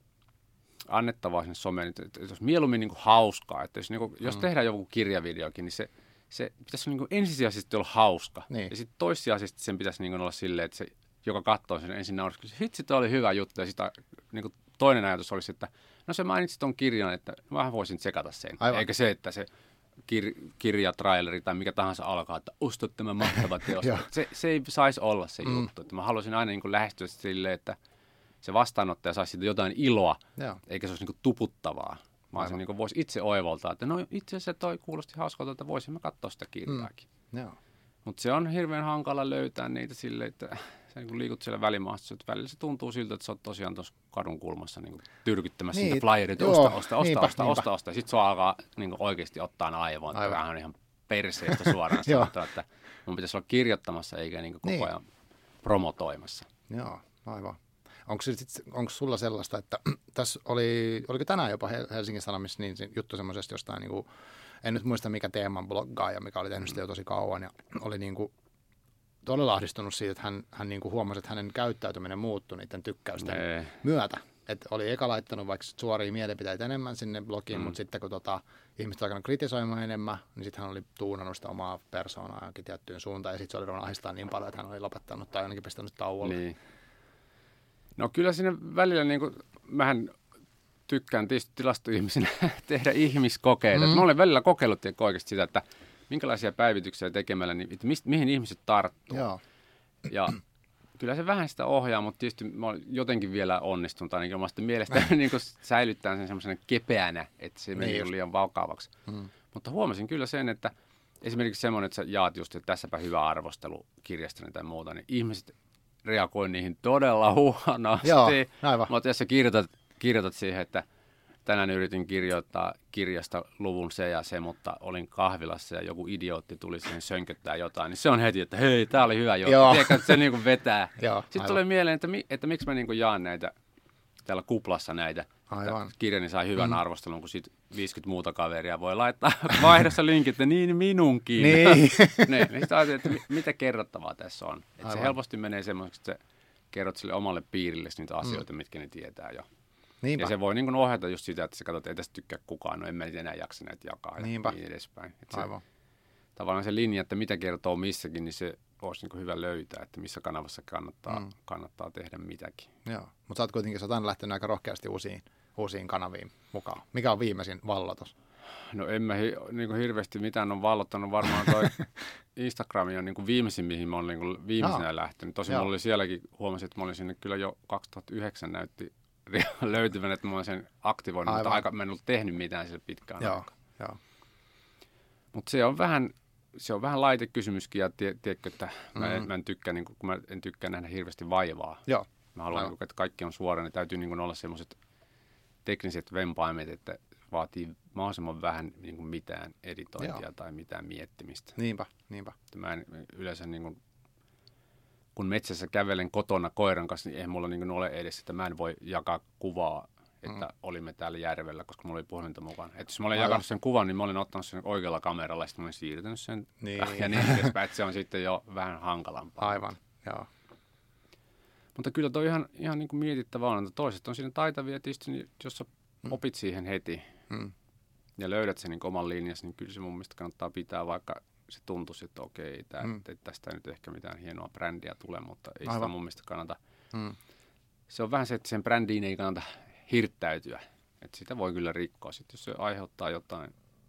annettavaa sinne someen, että, että jos mieluummin niin kuin hauskaa, että jos, niin kuin, jos mm. tehdään joku kirjavideokin, niin se, se pitäisi niin kuin ensisijaisesti olla hauska.
Niin.
Ja sitten toissijaisesti sen pitäisi niin kuin olla silleen, että se, joka katsoo sen ensin nauraskin, hitsi, toi oli hyvä juttu. Ja sitten niin kuin toinen ajatus olisi, että no se mainitsi ton kirjan, että mä voisin tsekata sen. Aivan. Eikä se, että se kir- kirjatraileri tai mikä tahansa alkaa, että osta tämä mahtava teos. se, se ei saisi olla se mm. juttu. Että mä haluaisin aina niin kuin lähestyä silleen, että se vastaanottaja saisi siitä jotain iloa, Joo. eikä se olisi niin kuin tuputtavaa. Vaan se niin kuin voisi itse oivaltaa, että no itse asiassa toi kuulosti hauskalta, että voisimme katsoa sitä kirjaakin. Mm. Mutta se on hirveän hankala löytää niitä silleen, että... Sä niin liikut siellä välimaastossa, että välillä se tuntuu siltä, että sä oot tosiaan tuossa kadun kulmassa niin tyrkyttämässä niin, niitä flyerit, osta, osta, osta, niinpä, osta, niinpä. osta, osta. Sitten sua alkaa niin oikeasti ottaa aivoon, että vähän on ihan perseestä suoraan sanottua, että mun pitäisi olla kirjoittamassa eikä niin koko niin. ajan promotoimassa.
Joo, aivan. Onko, sit, onko sulla sellaista, että tässä oli, oliko tänään jopa Helsingin Sanomissa niin juttu semmoisesta jostain, niin kuin, en nyt muista mikä teeman bloggaaja, mikä oli tehnyt sitä jo tosi kauan ja oli niin kuin, todella ahdistunut siitä, että hän, hän niin kuin huomasi, että hänen käyttäytyminen muuttui niiden tykkäysten nee. myötä. Että oli eka laittanut vaikka suoria mielipiteitä enemmän sinne blogiin, mm. mutta sitten kun tota, ihmiset alkanut kritisoimaan enemmän, niin sitten hän oli tuunannut sitä omaa persoonaa johonkin tiettyyn suuntaan. Ja sitten se oli ruvennut ahdistaa niin paljon, että hän oli lopettanut tai ainakin pistänyt tauolle. Niin.
No kyllä siinä välillä, niin kuin, mähän tykkään tietysti tilastoihmisenä tehdä ihmiskokeita. Mm. Mä olen välillä kokeillut oikeasti sitä, että minkälaisia päivityksiä tekemällä, niin mist, mihin ihmiset tarttuu.
Joo.
Ja kyllä se vähän sitä ohjaa, mutta tietysti mä olen jotenkin vielä onnistunut, ainakin omasta mielestäni niin säilyttää sen semmoisena kepeänä, että se meni niin liian vakavaksi. Hmm. Mutta huomasin kyllä sen, että esimerkiksi semmoinen, että sä jaat just, että tässäpä hyvä arvostelu kirjastani tai muuta, niin ihmiset reagoi niihin todella huonosti.
Joo, aivan.
Mutta jos sä kirjoitat, kirjoitat siihen, että tänään yritin kirjoittaa kirjasta luvun se ja se, mutta olin kahvilassa ja joku idiootti tuli siihen sönköttää jotain, niin se on heti, että hei, tää oli hyvä juttu. Tiedätkö, että se niinku vetää.
Joo,
Sitten
aivan.
tulee mieleen, että, mi, että miksi mä niinku jaan näitä, täällä kuplassa näitä. Kirjani sai hyvän mm. arvostelun, kun sit viisikymmentä muuta kaveria voi laittaa vaihdossa linkit, että niin minunkin.
Niin.
niin, niin sitten ajattelin, että mit, mitä kerrottavaa tässä on. Että se helposti menee semmoiseksi, että sä kerrot sille omalle piirille niitä asioita, mm. mitkä ne tietää jo. Niinpä. Ja se voi niin kuin ohjata just sitä, että sä katsot, että ei tästä tykkää kukaan, no en mä enää jaksa näitä jakaa
Niinpä.
ja niin edespäin. Että se, tavallaan se linja, että mitä kertoo missäkin, niin se olisi niin kuin hyvä löytää, että missä kanavassa kannattaa, mm. kannattaa tehdä mitäkin.
Joo, mutta sä oot kuitenkin sä oot aina lähtenyt aika rohkeasti uusiin, uusiin kanaviin mukaan. Mikä on viimeisin vallotus?
No en mä hi, niin kuin hirveästi mitään on vallottanut. Varmaan toi Instagram on niin kuin viimeisin, mihin mä oon niin kuin viimeisenä no. lähtenyt. Tosin mulla oli sielläkin, huomasin, että mä olin sinne kyllä jo kaksituhattayhdeksän näytti löytyvän, että mä oon sen aktivoinut, Aivan. mutta aika, mä en ollut tehnyt mitään sille pitkään
Joo,
aikaa.
jo.
Mutta se on vähän, se on vähän laitekysymyskin, ja tie, tiedätkö, että mm-hmm. mä, en, mä en tykkää, niin kun mä en tykkää nähdä hirveästi vaivaa.
Joo.
Mä haluan, niin, että kaikki on suora, niin täytyy niin olla semmoiset tekniset vempaimet, että vaatii mahdollisimman vähän niin kuin mitään editointia
Joo.
tai mitään miettimistä.
Niinpä, niinpä.
Mä en yleensä, niin kuin, kun metsässä kävelen kotona koiran kanssa, niin ei mulla niin kuin ole edes, että mä en voi jakaa kuvaa, että mm. olimme täällä järvellä, koska mulla oli puhelinta mukana. Että jos mä olen jakanut sen kuvan, niin mä olin ottanut sen oikealla kameralla ja sitten mä olin siirtänyt sen.
Niin.
Ja niin edespäin, että se on sitten jo vähän hankalampaa.
Aivan, joo.
Mutta kyllä toi ihan, ihan niin kuin mietittävää on, että toiset on siinä taitavia, tietysti niin jos sä mm. opit siihen heti mm. ja löydät sen niin oman linjassa, niin kyllä se mun mielestä kannattaa pitää, vaikka se tuntuisi, että okei, tää, mm. tästä ei nyt ehkä mitään hienoa brändiä tule, mutta ei Aivan. sitä mun mielestä kannata. Mm. Se on vähän se, että sen brändiin ei kannata hirttäytyä. Että sitä voi kyllä rikkoa. Sitten jos se aiheuttaa jotain,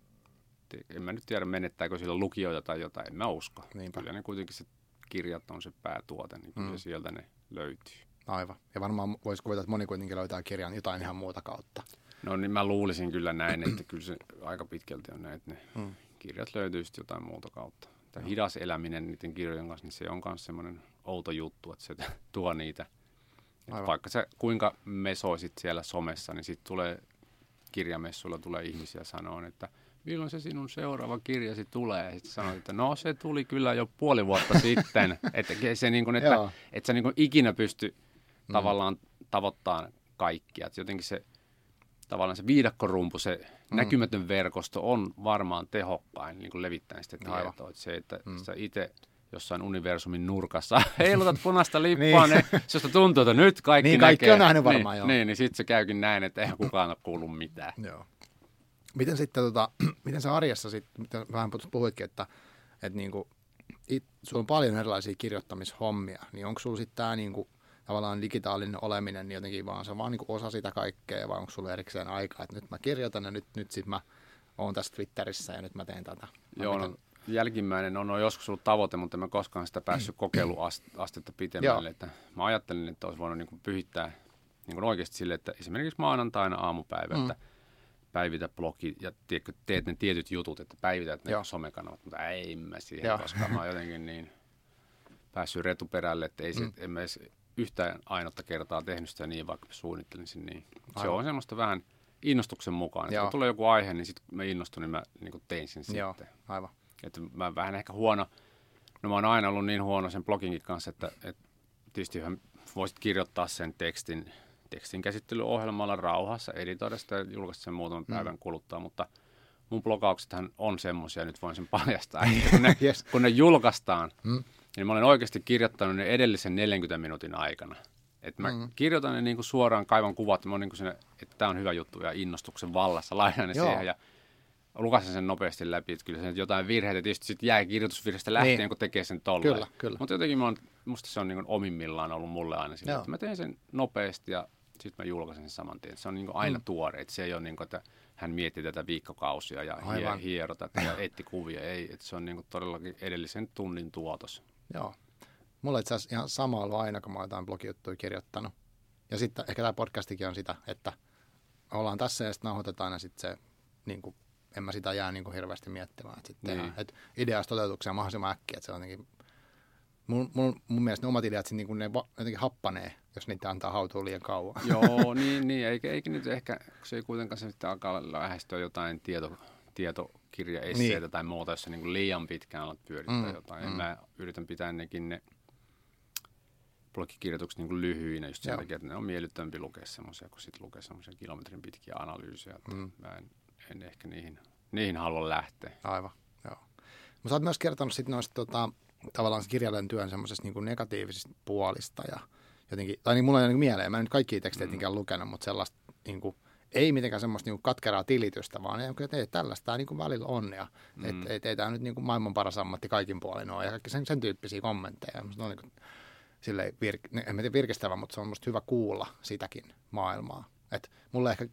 en mä nyt tiedä menettääkö sillä lukijoita tai jotain, en mä usko. Niinpä. Kyllä ne kuitenkin se kirjat on se päätuote, niin kyllä mm. sieltä ne löytyy.
Aivan. Ja varmaan voisi kuvitella, että moni kuitenkin löytää kirjan jotain ihan muuta kautta.
No niin mä luulisin kyllä näin, että kyllä se aika pitkälti on näin, että ne mm. kirjat löytyy sitten jotain muuta kautta. Tämä no. hidas eläminen niiden kirjojen kanssa, niin se on myös semmoinen outo juttu, että se tuo niitä. Vaikka sä kuinka mesoisit siellä somessa, niin sitten tulee kirjamessuilla tulee ihmisiä sanoa, että milloin se sinun seuraava kirjasi tulee. Ja sitten sanoit, että no se tuli kyllä jo puoli vuotta sitten. Että, se niin kuin, että, että sä niin kuin ikinä pysty mm. tavallaan tavoittamaan kaikkia. Että jotenkin se tavallaan se viidakkorumpu, se mm. näkymätön verkosto on varmaan tehokkain niin kuin levittäen sitä tietoa. Että se, että mm. sä itse jossain universumin nurkassa heilutat punaista lippua, niin josta tuntuu, että nyt kaikki
niin,
näkee.
Kaikki on nähnyt varmaan,
niin,
joo.
Niin, niin sitten se käykin näin, että eihän kukaan ole kuullut mitään.
Joo. Miten sitten, tota, miten sä arjessa sitten, miten vähän puhuitkin, että, että niinku, it, sulla on paljon erilaisia kirjoittamishommia, niin onko sulla sitten tämä niinku, tavallaan digitaalinen oleminen niin jotenkin vaan, se vaan niinku osa sitä kaikkea, vai onko sulla erikseen aikaa, että nyt mä kirjoitan ja nyt, nyt sitten mä oon tässä Twitterissä ja nyt mä teen tätä.
Joo, no, jälkimmäinen on, on joskus ollut tavoite, mutta en mä koskaan sitä päässyt kokeiluastetta pitemmälle. Että mä ajattelin, että olisi voinut niin pyhittää niin oikeasti sille, että esimerkiksi maanantaina aamupäivältä mm. päivitä blogi ja tiedätkö, teet ne tietyt jutut, että päivität ne Joo. somekanavat, mutta ei mä siihen, Joo. koska mä oon jotenkin niin päässyt retuperälle, että ei se, mm. en mä edes yhtään ainutta kertaa tehnyt sitä niin, vaikka suunnittelin sen niin. Aivan. Se on semmoista vähän innostuksen mukaan. Että kun tulee joku aihe, niin sitten kun mä innostun, niin mä niin tein sen
Joo.
sitten.
Aivan.
Että mä vähän ehkä huono, no mä oon aina ollut niin huono sen bloginkin kanssa, että, että tietysti voisit kirjoittaa sen tekstin, tekstin käsittelyohjelmalla rauhassa, editoida sitä ja julkaista sen muutaman mm. päivän kuluttua, mutta mun blogauksethan on semmoisia, nyt voin sen paljastaa, että kun ne, yes. kun ne julkaistaan, mm. niin mä olen oikeasti kirjoittanut ne edellisen neljänkymmenen minuutin aikana. Että mä mm. kirjoitan ne niin kuin suoraan kaivan kuvat, mä oon niin kuin siinä, että tää on hyvä juttu ja innostuksen vallassa, lainan ne Joo. siihen ja lukasin sen nopeasti läpi, että kyllä se jotain virheitä tietysti sitten jää kirjoitusvirheestä lähtien, niin. kun tekee sen tolleen.
Kyllä, kyllä.
Mutta jotenkin mä oon, musta se on niin kuin omimmillaan ollut mulle aina sillä, että mä teen sen nopeasti ja sitten mä julkaisen sen saman tien. Se on niin kuin aina mm. tuore, että se ei ole niin kuin, että hän mietti tätä viikkokausia ja hie, hiero tätä ja etti kuvia. Ei, että se on niin kuin todellakin edellisen tunnin tuotos.
Joo. Mulla itse asiassa ihan sama ollut aina, kun mä oon jotain blogijuttuja kirjoittanut. Ja sitten ehkä tämä podcastikin on sitä, että ollaan tässä ja sitten nauhoitetaan ja sitten se niin kuin en mä sitä jää niin kuin hirveästi miettimään. Että sitten niin. Et ideasta toteutuksia mahdollisimman äkkiä. Että se on jotenkin, mun, mun, mun mielestä ne omat ideat niin kuin ne va, jotenkin happanee, jos niitä antaa hautua liian kauan.
Joo, niin, niin. Eikä, eikä nyt ehkä, se ei kuitenkaan se sitten alkaa lähestyä jotain tieto, tietokirjaesseitä niin. tai muuta, jossa niin kuin liian pitkään alat pyörittää mm, jotain. Mm. Mä yritän pitää nekin ne blogikirjoitukset niin kuin lyhyinä just sen Joo. takia, että ne on miellyttävämpi lukea semmoisia, kun sitten lukee semmoisia kilometrin pitkiä analyysejä. Mm. Mä en, en ehkä niihin, niihin halua lähteä.
Aivan, joo. Mutta sä oot myös kertonut sitten noista tota, tavallaan kirjailijan työn semmoisesta niin kuin negatiivisista puolista ja jotenkin, tai niin mulla on niin mieleen, mä en nyt kaikkia tekstejä mm. lukenut, mutta sellaista niin kuin, ei mitenkään semmoista niin kuin katkeraa tilitystä, vaan ei, että ei, tällaista tämä niin kuin välillä on ja mm. että et, ei tämä nyt niin kuin maailman paras ammatti kaikin puolin ole ja kaikki sen, sen tyyppisiä kommentteja. Ne on niin kuin, silleen, vir- en mä tiedä virkistävä, mutta se on musta hyvä kuulla sitäkin maailmaa. Että mulle ehkä,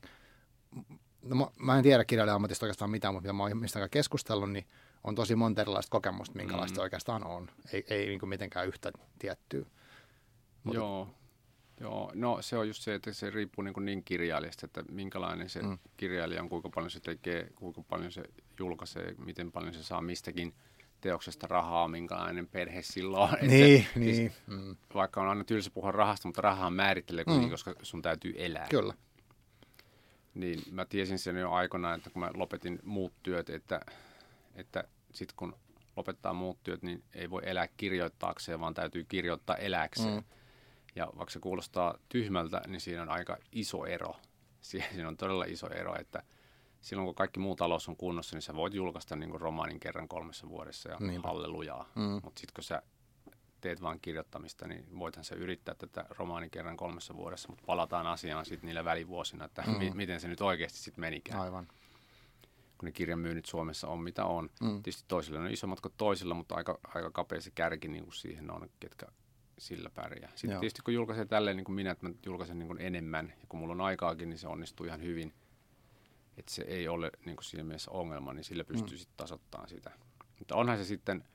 no mä, mä en tiedä kirjailijan ammatista oikeastaan mitään, mutta mitä mä oon mistä keskustellut, niin on tosi monta erilaista kokemusta, minkälaista mm. oikeastaan on. Ei, ei niin kuin mitenkään yhtä tiettyä. Mutta
Joo. Joo, no se on just se, että se riippuu niin, niin kirjailijasta, että minkälainen se mm. kirjailija on, kuinka paljon se tekee, kuinka paljon se julkaisee, miten paljon se saa mistäkin teoksesta rahaa, minkälainen perhe silloin.
Niin,
se,
niin.
Siis, mm. Vaikka on aina tylsä puhua rahasta, mutta rahaa määrittelee kuitenkin, mm. koska sun täytyy elää.
Kyllä.
niin mä tiesin sen jo aikoinaan, että kun mä lopetin muut työt, että, että sitten kun lopettaa muut työt, niin ei voi elää kirjoittaakseen, vaan täytyy kirjoittaa eläkseen. Mm. Ja vaikka se kuulostaa tyhmältä, niin siinä on aika iso ero. Siinä on todella iso ero, että silloin kun kaikki muu talous on kunnossa, niin sä voit julkaista niin kuin romaanin kerran kolmessa vuodessa ja Niinpä. hallelujaa. Mm. Mutta sitten kun sä teet vaan kirjoittamista, niin voithan sä yrittää tätä romaanin kerran kolmessa vuodessa, mutta palataan asiaan sitten niillä välivuosina, että mm. mi- miten se nyt oikeasti sitten menikään. Aivan. Kun ne kirjan myynnit Suomessa on mitä on. Mm. Tietysti toisilla on isommat kuin toisilla, mutta aika, aika kapea se kärki niin kuin siihen on, ketkä sillä pärjää. Sitten Joo. tietysti kun julkaisee tälleen niin kuin minä, että mä julkaisen niin kuin enemmän, ja kun mulla on aikaakin, niin se onnistuu ihan hyvin. Että se ei ole niin kuin siinä mielessä ongelma, niin sillä pystyy mm. sitten tasoittamaan sitä. Mutta onhan se sitten,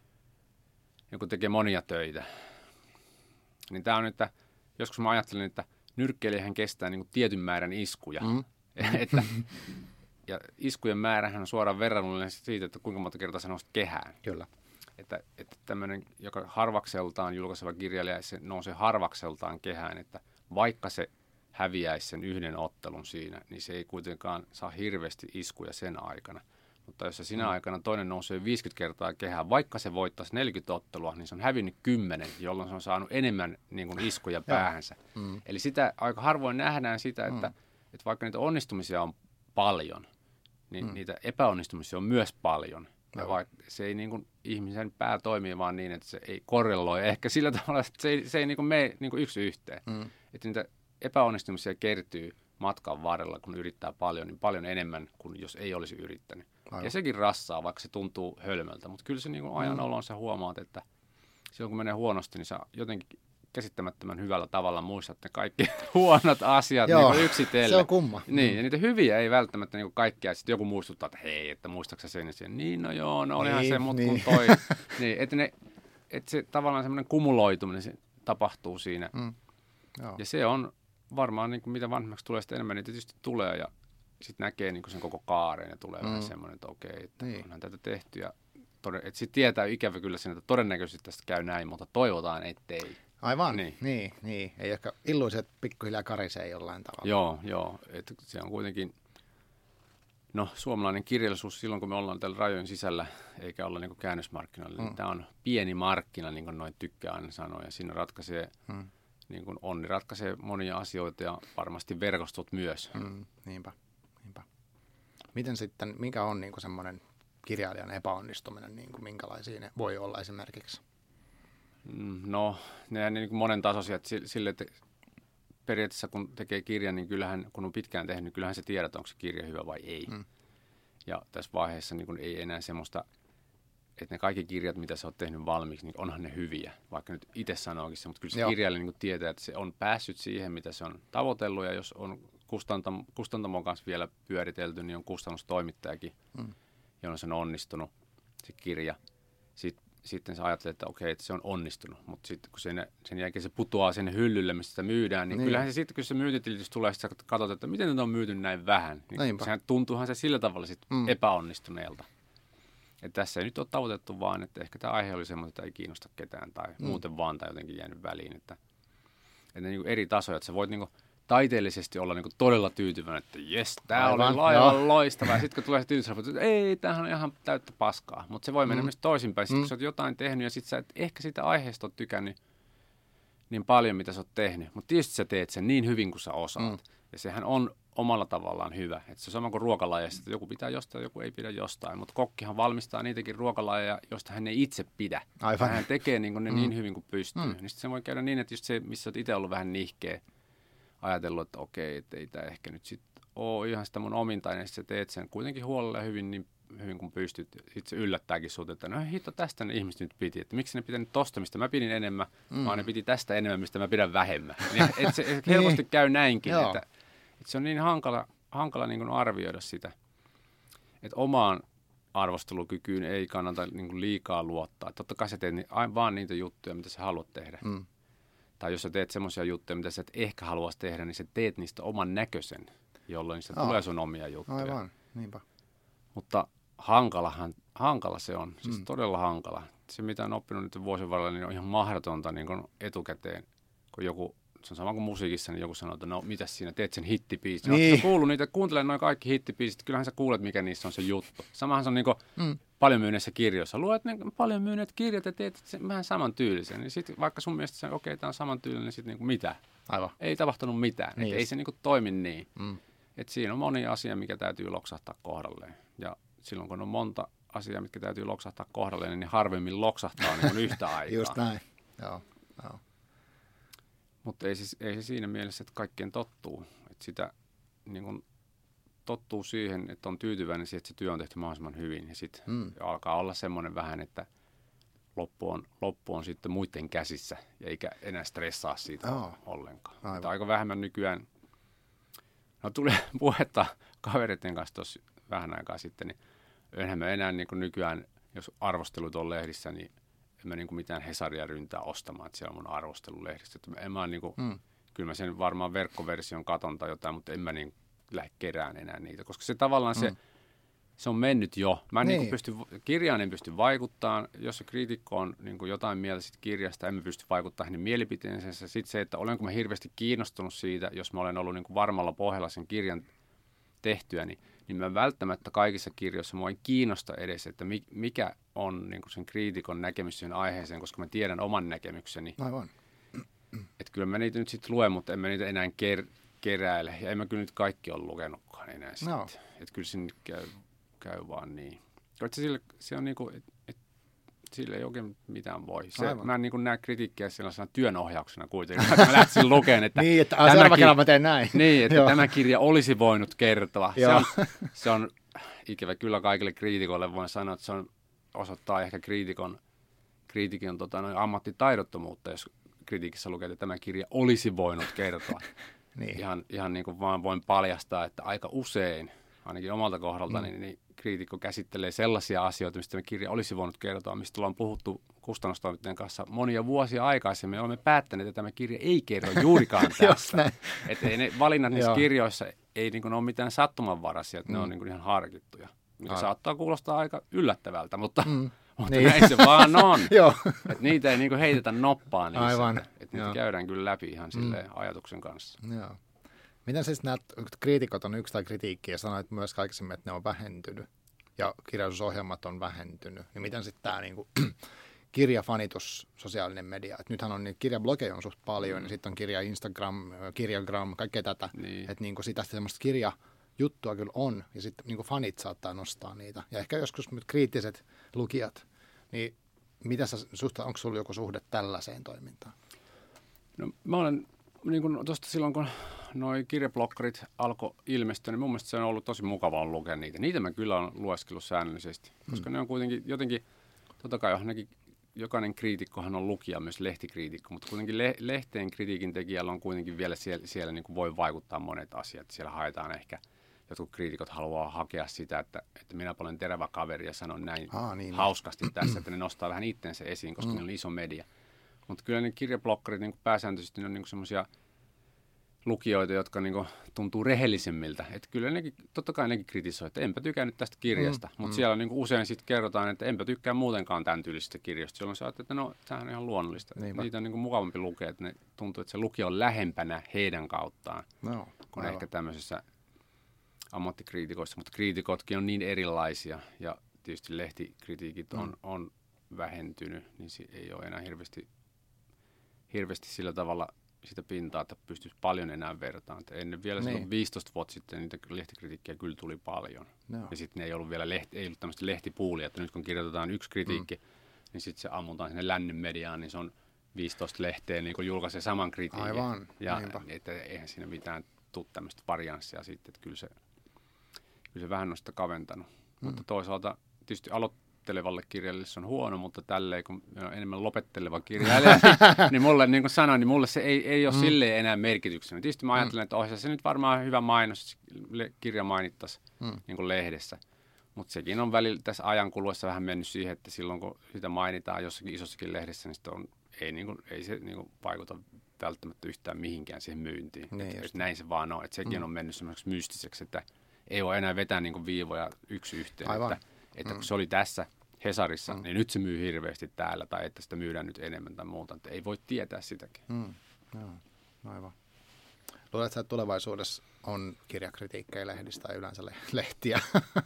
kun tekee monia töitä, niin tämä on, että joskus mä ajattelin, että nyrkkeilijähän kestää niin kuin tietyn määrän iskuja. Mm. että, ja iskujen määrähän on suoraan verrannollinen siitä, että kuinka monta kertaa sä nostat kehään. Kyllä. Että, että tämmöinen, joka harvakseltaan julkaiseva kirjailija, se nousee harvakseltaan kehään, että vaikka se häviäisi sen yhden ottelun siinä, niin se ei kuitenkaan saa hirveästi iskuja sen aikana. Mutta jos se sinä mm. aikana toinen nousee viisikymmentä kertaa kehään, vaikka se voittaisi neljäkymmentä ottelua, niin se on hävinnyt kymmenen, jolloin se on saanut enemmän niin kuin iskuja päähänsä. Mm. Eli sitä aika harvoin nähdään sitä, että, mm. että vaikka niitä onnistumisia on paljon, niin mm. niitä epäonnistumisia on myös paljon. Ja vaikka se ei niin kuin, ihmisen pää toimii vaan niin, että se ei korreloi. Ehkä sillä tavalla, että se ei, se ei niin kuin mene niin kuin yksi yhteen. Mm. Että niitä epäonnistumisia kertyy matkan varrella, kun yrittää paljon, niin paljon enemmän kuin jos ei olisi yrittänyt. Aivan. Ja sekin rassaa, vaikka se tuntuu hölmöltä. Mutta kyllä se niin kuin ajan oloon sä huomaat, että silloin kun menee huonosti, niin sä jotenkin käsittämättömän hyvällä tavalla muistat ne kaikki huonot asiat
Joo,
niin yksitellen.
Se on kumma.
Niin, ja niitä hyviä ei välttämättä niin kaikkia. Sitten joku muistuttaa, että hei, että muistaaksä sen ja sen. Niin, no joo, no olihan niin, se, mutta niin. kun toi. niin, että, ne, että se tavallaan semmoinen kumuloituminen se tapahtuu siinä. Mm. Joo. Ja se on varmaan, niin kuin mitä vanhemmaksi tulee, sitä enemmän niitä tietysti tulee. Ja sitten näkee niin kuin sen koko kaaren ja tulee mm. vähän semmoinen, että okei, että niin. onhan tätä tehty. Ja sitten tietää ikävä kyllä sen, että todennäköisesti tästä käy näin, mutta toivotaan, ettei.
Aivan, niin, niin. niin. Ei ehkä illuiset pikkuhiljaa karisee jollain tavalla.
Joo, joo. Että se on kuitenkin, no suomalainen kirjallisuus silloin, kun me ollaan täällä rajojen sisällä, eikä olla niin kuin käännösmarkkinoilla, mm. niin tämä on pieni markkina, niin kuin noin tykkää aina sanoa, ja siinä ratkaisee, mm. niin kuin onni ratkaisee monia asioita, ja varmasti verkostot myös.
Mm, niinpä, niinpä. Miten sitten, mikä on niin kuin semmoinen kirjailijan epäonnistuminen, niin kuin minkälaisia ne voi olla esimerkiksi?
No, ne on niin kuin monen tasoisia, sille, että periaatteessa kun tekee kirjan, niin kyllähän, kun on pitkään tehnyt, niin kyllähän se tiedät, onko se kirja hyvä vai ei. Mm. Ja tässä vaiheessa niin kuin ei enää semmoista, että ne kaikki kirjat, mitä sä oot tehnyt valmiiksi, niin onhan ne hyviä, vaikka nyt itse sanookin se, mutta kyllä se Joo. kirjailija niin kuin tietää, että se on päässyt siihen, mitä se on tavoitellut, ja jos on kustantam- kustantamon kanssa vielä pyöritelty, niin on kustannustoimittajakin, mm. jolloin se on onnistunut, se kirja. Sitten Sitten sä ajattelet, että okei, että se on onnistunut, mutta sitten kun sen, sen jälkeen se putoaa sinne hyllylle, mistä sitä myydään, niin, niin. kyllähän se sitten, kun se myytitilitys tulee, sitten sä katsot, että miten ne on myyty näin vähän, niin sehän tuntuuhan se sillä tavalla sitten mm. epäonnistuneelta. Että tässä ei nyt ole tavoitettu vaan, että ehkä tämä aihe oli semmoinen, että ei kiinnosta ketään tai mm. muuten vaan tai jotenkin jäänyt väliin. Että, että niin eri tasoja, että sä voit niin kuin taiteellisesti olla niinku todella tyytyväinen, että jes, tää oli aivan loistava. Ja sitten kun tulee se tyytys, että ei, tämähän on ihan täyttä paskaa. Mutta se voi mennä mm. myös toisinpäin. Sitten mm. kun sä oot jotain tehnyt ja sitten sä et ehkä sitä aiheesta oot tykännyt niin paljon, mitä sä oot tehnyt. Mutta tietysti sä teet sen niin hyvin kuin sä osaat. Mm. Ja sehän on omalla tavallaan hyvä. Et se on sama kuin ruokalajeista, että joku pitää jostain, joku ei pidä jostain. Mutta kokkihan valmistaa niitäkin ruokalajeja, joista hän ei itse pidä. Aivan. Hän tekee niin, ne mm. niin hyvin kuin pystyy. Mm. Niin sitten se voi käydä niin, että just se, missä oot itse ollut vähän nihkeä, ajatellut, että okei, että ei tämä ehkä nyt sitten ole ihan sitä mun omintainen, että sä teet sen kuitenkin huolella hyvin, niin hyvin kuin pystyt. Sitten se yllättääkin sut, että no hitto, tästä ne ihmiset nyt piti, että miksi ne pitänyt tosta, mistä mä pidin enemmän, mm. vaan ne piti tästä enemmän, mistä mä pidän vähemmän. Niin, että se helposti käy näinkin, että, että se on niin hankala, hankala niin kuin arvioida sitä, että omaan arvostelukykyyn ei kannata niin kuin liikaa luottaa. Että totta kai sä teet ni- vaan niitä juttuja, mitä sä haluat tehdä. Mm. Tai jos sä teet semmoisia juttuja, mitä sä et ehkä haluaisi tehdä, niin sä teet niistä oman näköisen, jolloin niistä oh. tulee sun omia juttuja.
Aivan, niinpä.
Mutta hankalahan, hankala se on, siis mm. todella hankala. Se, mitä on oppinut nyt vuosien varrella, niin on ihan mahdotonta niin kun etukäteen, kun joku se on sama kuin musiikissa, niin joku sanoo, että no mitäs siinä, teet sen hittibiisin.
Niin.
Oletko kuullut niitä, kuuntele noin kaikki hittibiisit, kyllähän sä kuulet, mikä niissä on se juttu. Samahan se on niin kuin mm. paljon myyneissä kirjoissa. Luet ne paljon myyneet kirjat ja teet sen vähän saman tyylisen. Niin sitten vaikka sun mielestä se, okei, okay, tämä on saman tyylinen, niin sitten niin mitä?
Aivan.
Ei tapahtunut mitään.
Niin
ei se niin kuin toimi niin.
Mm.
Et siinä on moni asia, mikä täytyy loksahtaa kohdalleen. Ja silloin kun on monta asiaa, mitkä täytyy loksahtaa kohdalleen, niin harvemmin loksahtaa niin kuin yhtä aikaa.
Just näin, joo. joo.
Mutta ei, siis, ei se siinä mielessä, että kaikkien tottuu. Että sitä niin kun tottuu siihen, että on tyytyväinen siihen, että se työ on tehty mahdollisimman hyvin. Ja sitten mm. alkaa olla semmoinen vähän, että loppu on, loppu on sitten muiden käsissä, ja eikä enää stressaa siitä oh. ollenkaan. Mutta aika vähemmän nykyään, no tuli puhetta kavereiden kanssa tuossa vähän aikaa sitten, niin enhän mä enää niin kuin nykyään, jos arvostelut on lehdissä, niin en mä niin kuin mitään Hesaria ryntää ostamaan, että siellä on mun arvostelulehdistä. En mä niin kuin, mm. Kyllä mä sen varmaan verkkoversion katon tai jotain, mutta en mä niin lähde kerään enää niitä, koska se tavallaan mm. se, se on mennyt jo. Mä en niin. Niin pysty, kirjaan en pysty vaikuttamaan. Jos se kriitikko on niin kuin jotain mieltä siitä kirjasta, en mä pysty vaikuttamaan hänen mielipiteensä. Sitten se, että olenko mä hirveästi kiinnostunut siitä, jos mä olen ollut niin kuin varmalla pohjalla sen kirjan tehtyä, niin, niin mä välttämättä kaikissa kirjoissa mua ei kiinnosta edes, että mikä on niin kuin sen kriitikon näkemys siihen aiheeseen, koska mä tiedän oman näkemykseni.
Aivan.
Että kyllä mä niitä nyt sitten luen, mutta en mä niitä enää ker- keräile. Ja en mä kyllä nyt kaikki ole lukenutkaan enää sitten. No. Että kyllä se nyt käy, käy vaan niin. Se, sille, se on niin kuin, että et, sille ei oikein mitään voi. Se, mä en niin kuin näe kritiikkiä sellaisena työnohjauksena kuitenkin. Mä lähtisin lukemaan, että...
niin, että seuraava kerran mä teen näin.
Niin, että tämä kirja olisi voinut kertoa. Se on, se on ikävä kyllä kaikille kriitikoille. Voin sanoa, että se on, osoittaa ehkä kriitikon, kriitikon tota, noin ammattitaidottomuutta, jos kritiikissä lukee, että tämä kirja olisi voinut kertoa. niin. Ihan, ihan niin kuin vaan voin paljastaa, että aika usein, ainakin omalta kohdalta, mm. niin, niin kriitikko käsittelee sellaisia asioita, mistä tämä kirja olisi voinut kertoa, mistä ollaan puhuttu kustannustoimittajan kanssa monia vuosia aikaisemmin. Me olemme päättäneet, että tämä kirja ei kerro juurikaan tästä. Että ne valinnat niissä kirjoissa ei niin kuin ole mitään sattumanvaraisia, että mm. ne on niin kuin ihan harkittuja. Mikä Aivan. saattaa kuulostaa aika yllättävältä, mutta, mm. mutta niin. näin se vaan on. Että niitä ei niin kuin heitetä noppaan niissä. Aivan. Että, että niitä käydään kyllä läpi ihan silleen mm. ajatuksen kanssa.
Joo. Miten siis nämä kriitikot on yksi tai kritiikki ja sanoit myös aikaisemmin, että ne on vähentynyt ja kirjallisuusohjelmat on vähentynyt. Niin miten sitten tämä niinku, kirjafanitus, sosiaalinen media? Et nythän on niin, kirjablogeja on suht paljon mm. ja sitten on kirja Instagram, kirjagram, kaikkea tätä. Niin. Että niinku sitä semmoista kirjajuttua kyllä on ja sitten niinku fanit saattaa nostaa niitä. Ja ehkä joskus kriittiset lukijat, niin mitä sä, suhta, onko sulla joku suhde tällaiseen toimintaan?
No mä olen, niin kuin tuosta silloin kun noi kirjablokkarit alkoi ilmestyä, niin mun mielestä se on ollut tosi mukavaa lukea niitä. Niitä mä kyllä olen lueskellut säännöllisesti, koska mm. ne on kuitenkin jotenkin, totta kai johonkin, jokainen kriitikkohan on lukija, myös lehtikriitikko, mutta kuitenkin le- lehteen kritiikin tekijällä on kuitenkin vielä siellä, siellä niin kuin voi vaikuttaa monet asiat. Siellä haetaan ehkä, jotkut kriitikot haluaa hakea sitä, että, että minä olen terävä kaveri ja sanon näin Aa, niin, hauskasti niin. tässä, että ne nostaa vähän itsensä esiin, koska mm. ne on iso media. Mutta kyllä ne kirjablokkarit niin pääsääntöisesti on niin semmoisia lukijoita, jotka niin kuin tuntuu rehellisemmiltä. Että kyllä nekin, totta kai nekin kritisoi, että enpä tykännyt tästä kirjasta. Mm, mutta mm. siellä niin kuin usein sitten kerrotaan, että enpä tykkää muutenkaan tämän tyylisestä kirjasta. Jolloin sä ajattelet, että no, tämähän on ihan luonnollista. Niitä on niin kuin mukavampi lukea, että ne tuntuu, että se lukija on lähempänä heidän kauttaan, no, kuin aivan. ehkä tämmöisessä ammattikriitikoissa. Mutta kriitikotkin on niin erilaisia ja tietysti lehtikritiikit on, mm. on vähentynyt, niin se ei ole enää hirveästi, hirveästi sillä tavalla sitä pintaa, että pystyisi paljon enää vertaan. Että ennen vielä niin. viisitoista vuotta sitten niitä lehtikritiikkiä kyllä tuli paljon. No. Ja sitten ne ei ollut vielä lehti, ei ollut tämmöistä lehtipuulia, että nyt kun kirjoitetaan yksi kritiikki, mm. niin sitten se ammutaan sinne lännen mediaan, niin se on viisitoista lehteä, niin kun julkaisee saman kritiikin. Aivan, ja että eihän siinä mitään tule tämmöistä varianssia sitten, että kyllä se, kyllä se vähän on sitä kaventanut. Mm. Mutta toisaalta tietysti aloittelevalle kirjailijalle se on huono, mutta tälleen, kun on enemmän lopetteleva kirjailija, niin, niin mulle, niin kuin sanoin, niin mulle se ei, ei ole mm. silleen enää merkityksenä. Tietysti mä ajattelen, että olisi se nyt varmaan hyvä mainos, kirja mainittaisi mm. niin kuin lehdessä. Mutta sekin on välillä tässä ajan kuluessa vähän mennyt siihen, että silloin kun sitä mainitaan jossakin isossakin lehdessä, niin sitä on, ei, niin kuin, ei se niin kuin vaikuta välttämättä yhtään mihinkään siihen myyntiin. Niin että, että näin se vaan on. Että sekin mm. on mennyt semmoiseksi mystiseksi, että ei ole enää vetää niin kuin viivoja yksi yhteen. Aivan. Että, että kun se oli tässä Hesarissa, mm. niin nyt se myy hirveästi täällä, tai että sitä myydään nyt enemmän tai muuta. Että ei voi tietää sitäkin.
Mm. Joo. Aivan. Luuletko, että tulevaisuudessa on kirjakritiikkejä lehdistä tai yleensä lehtiä?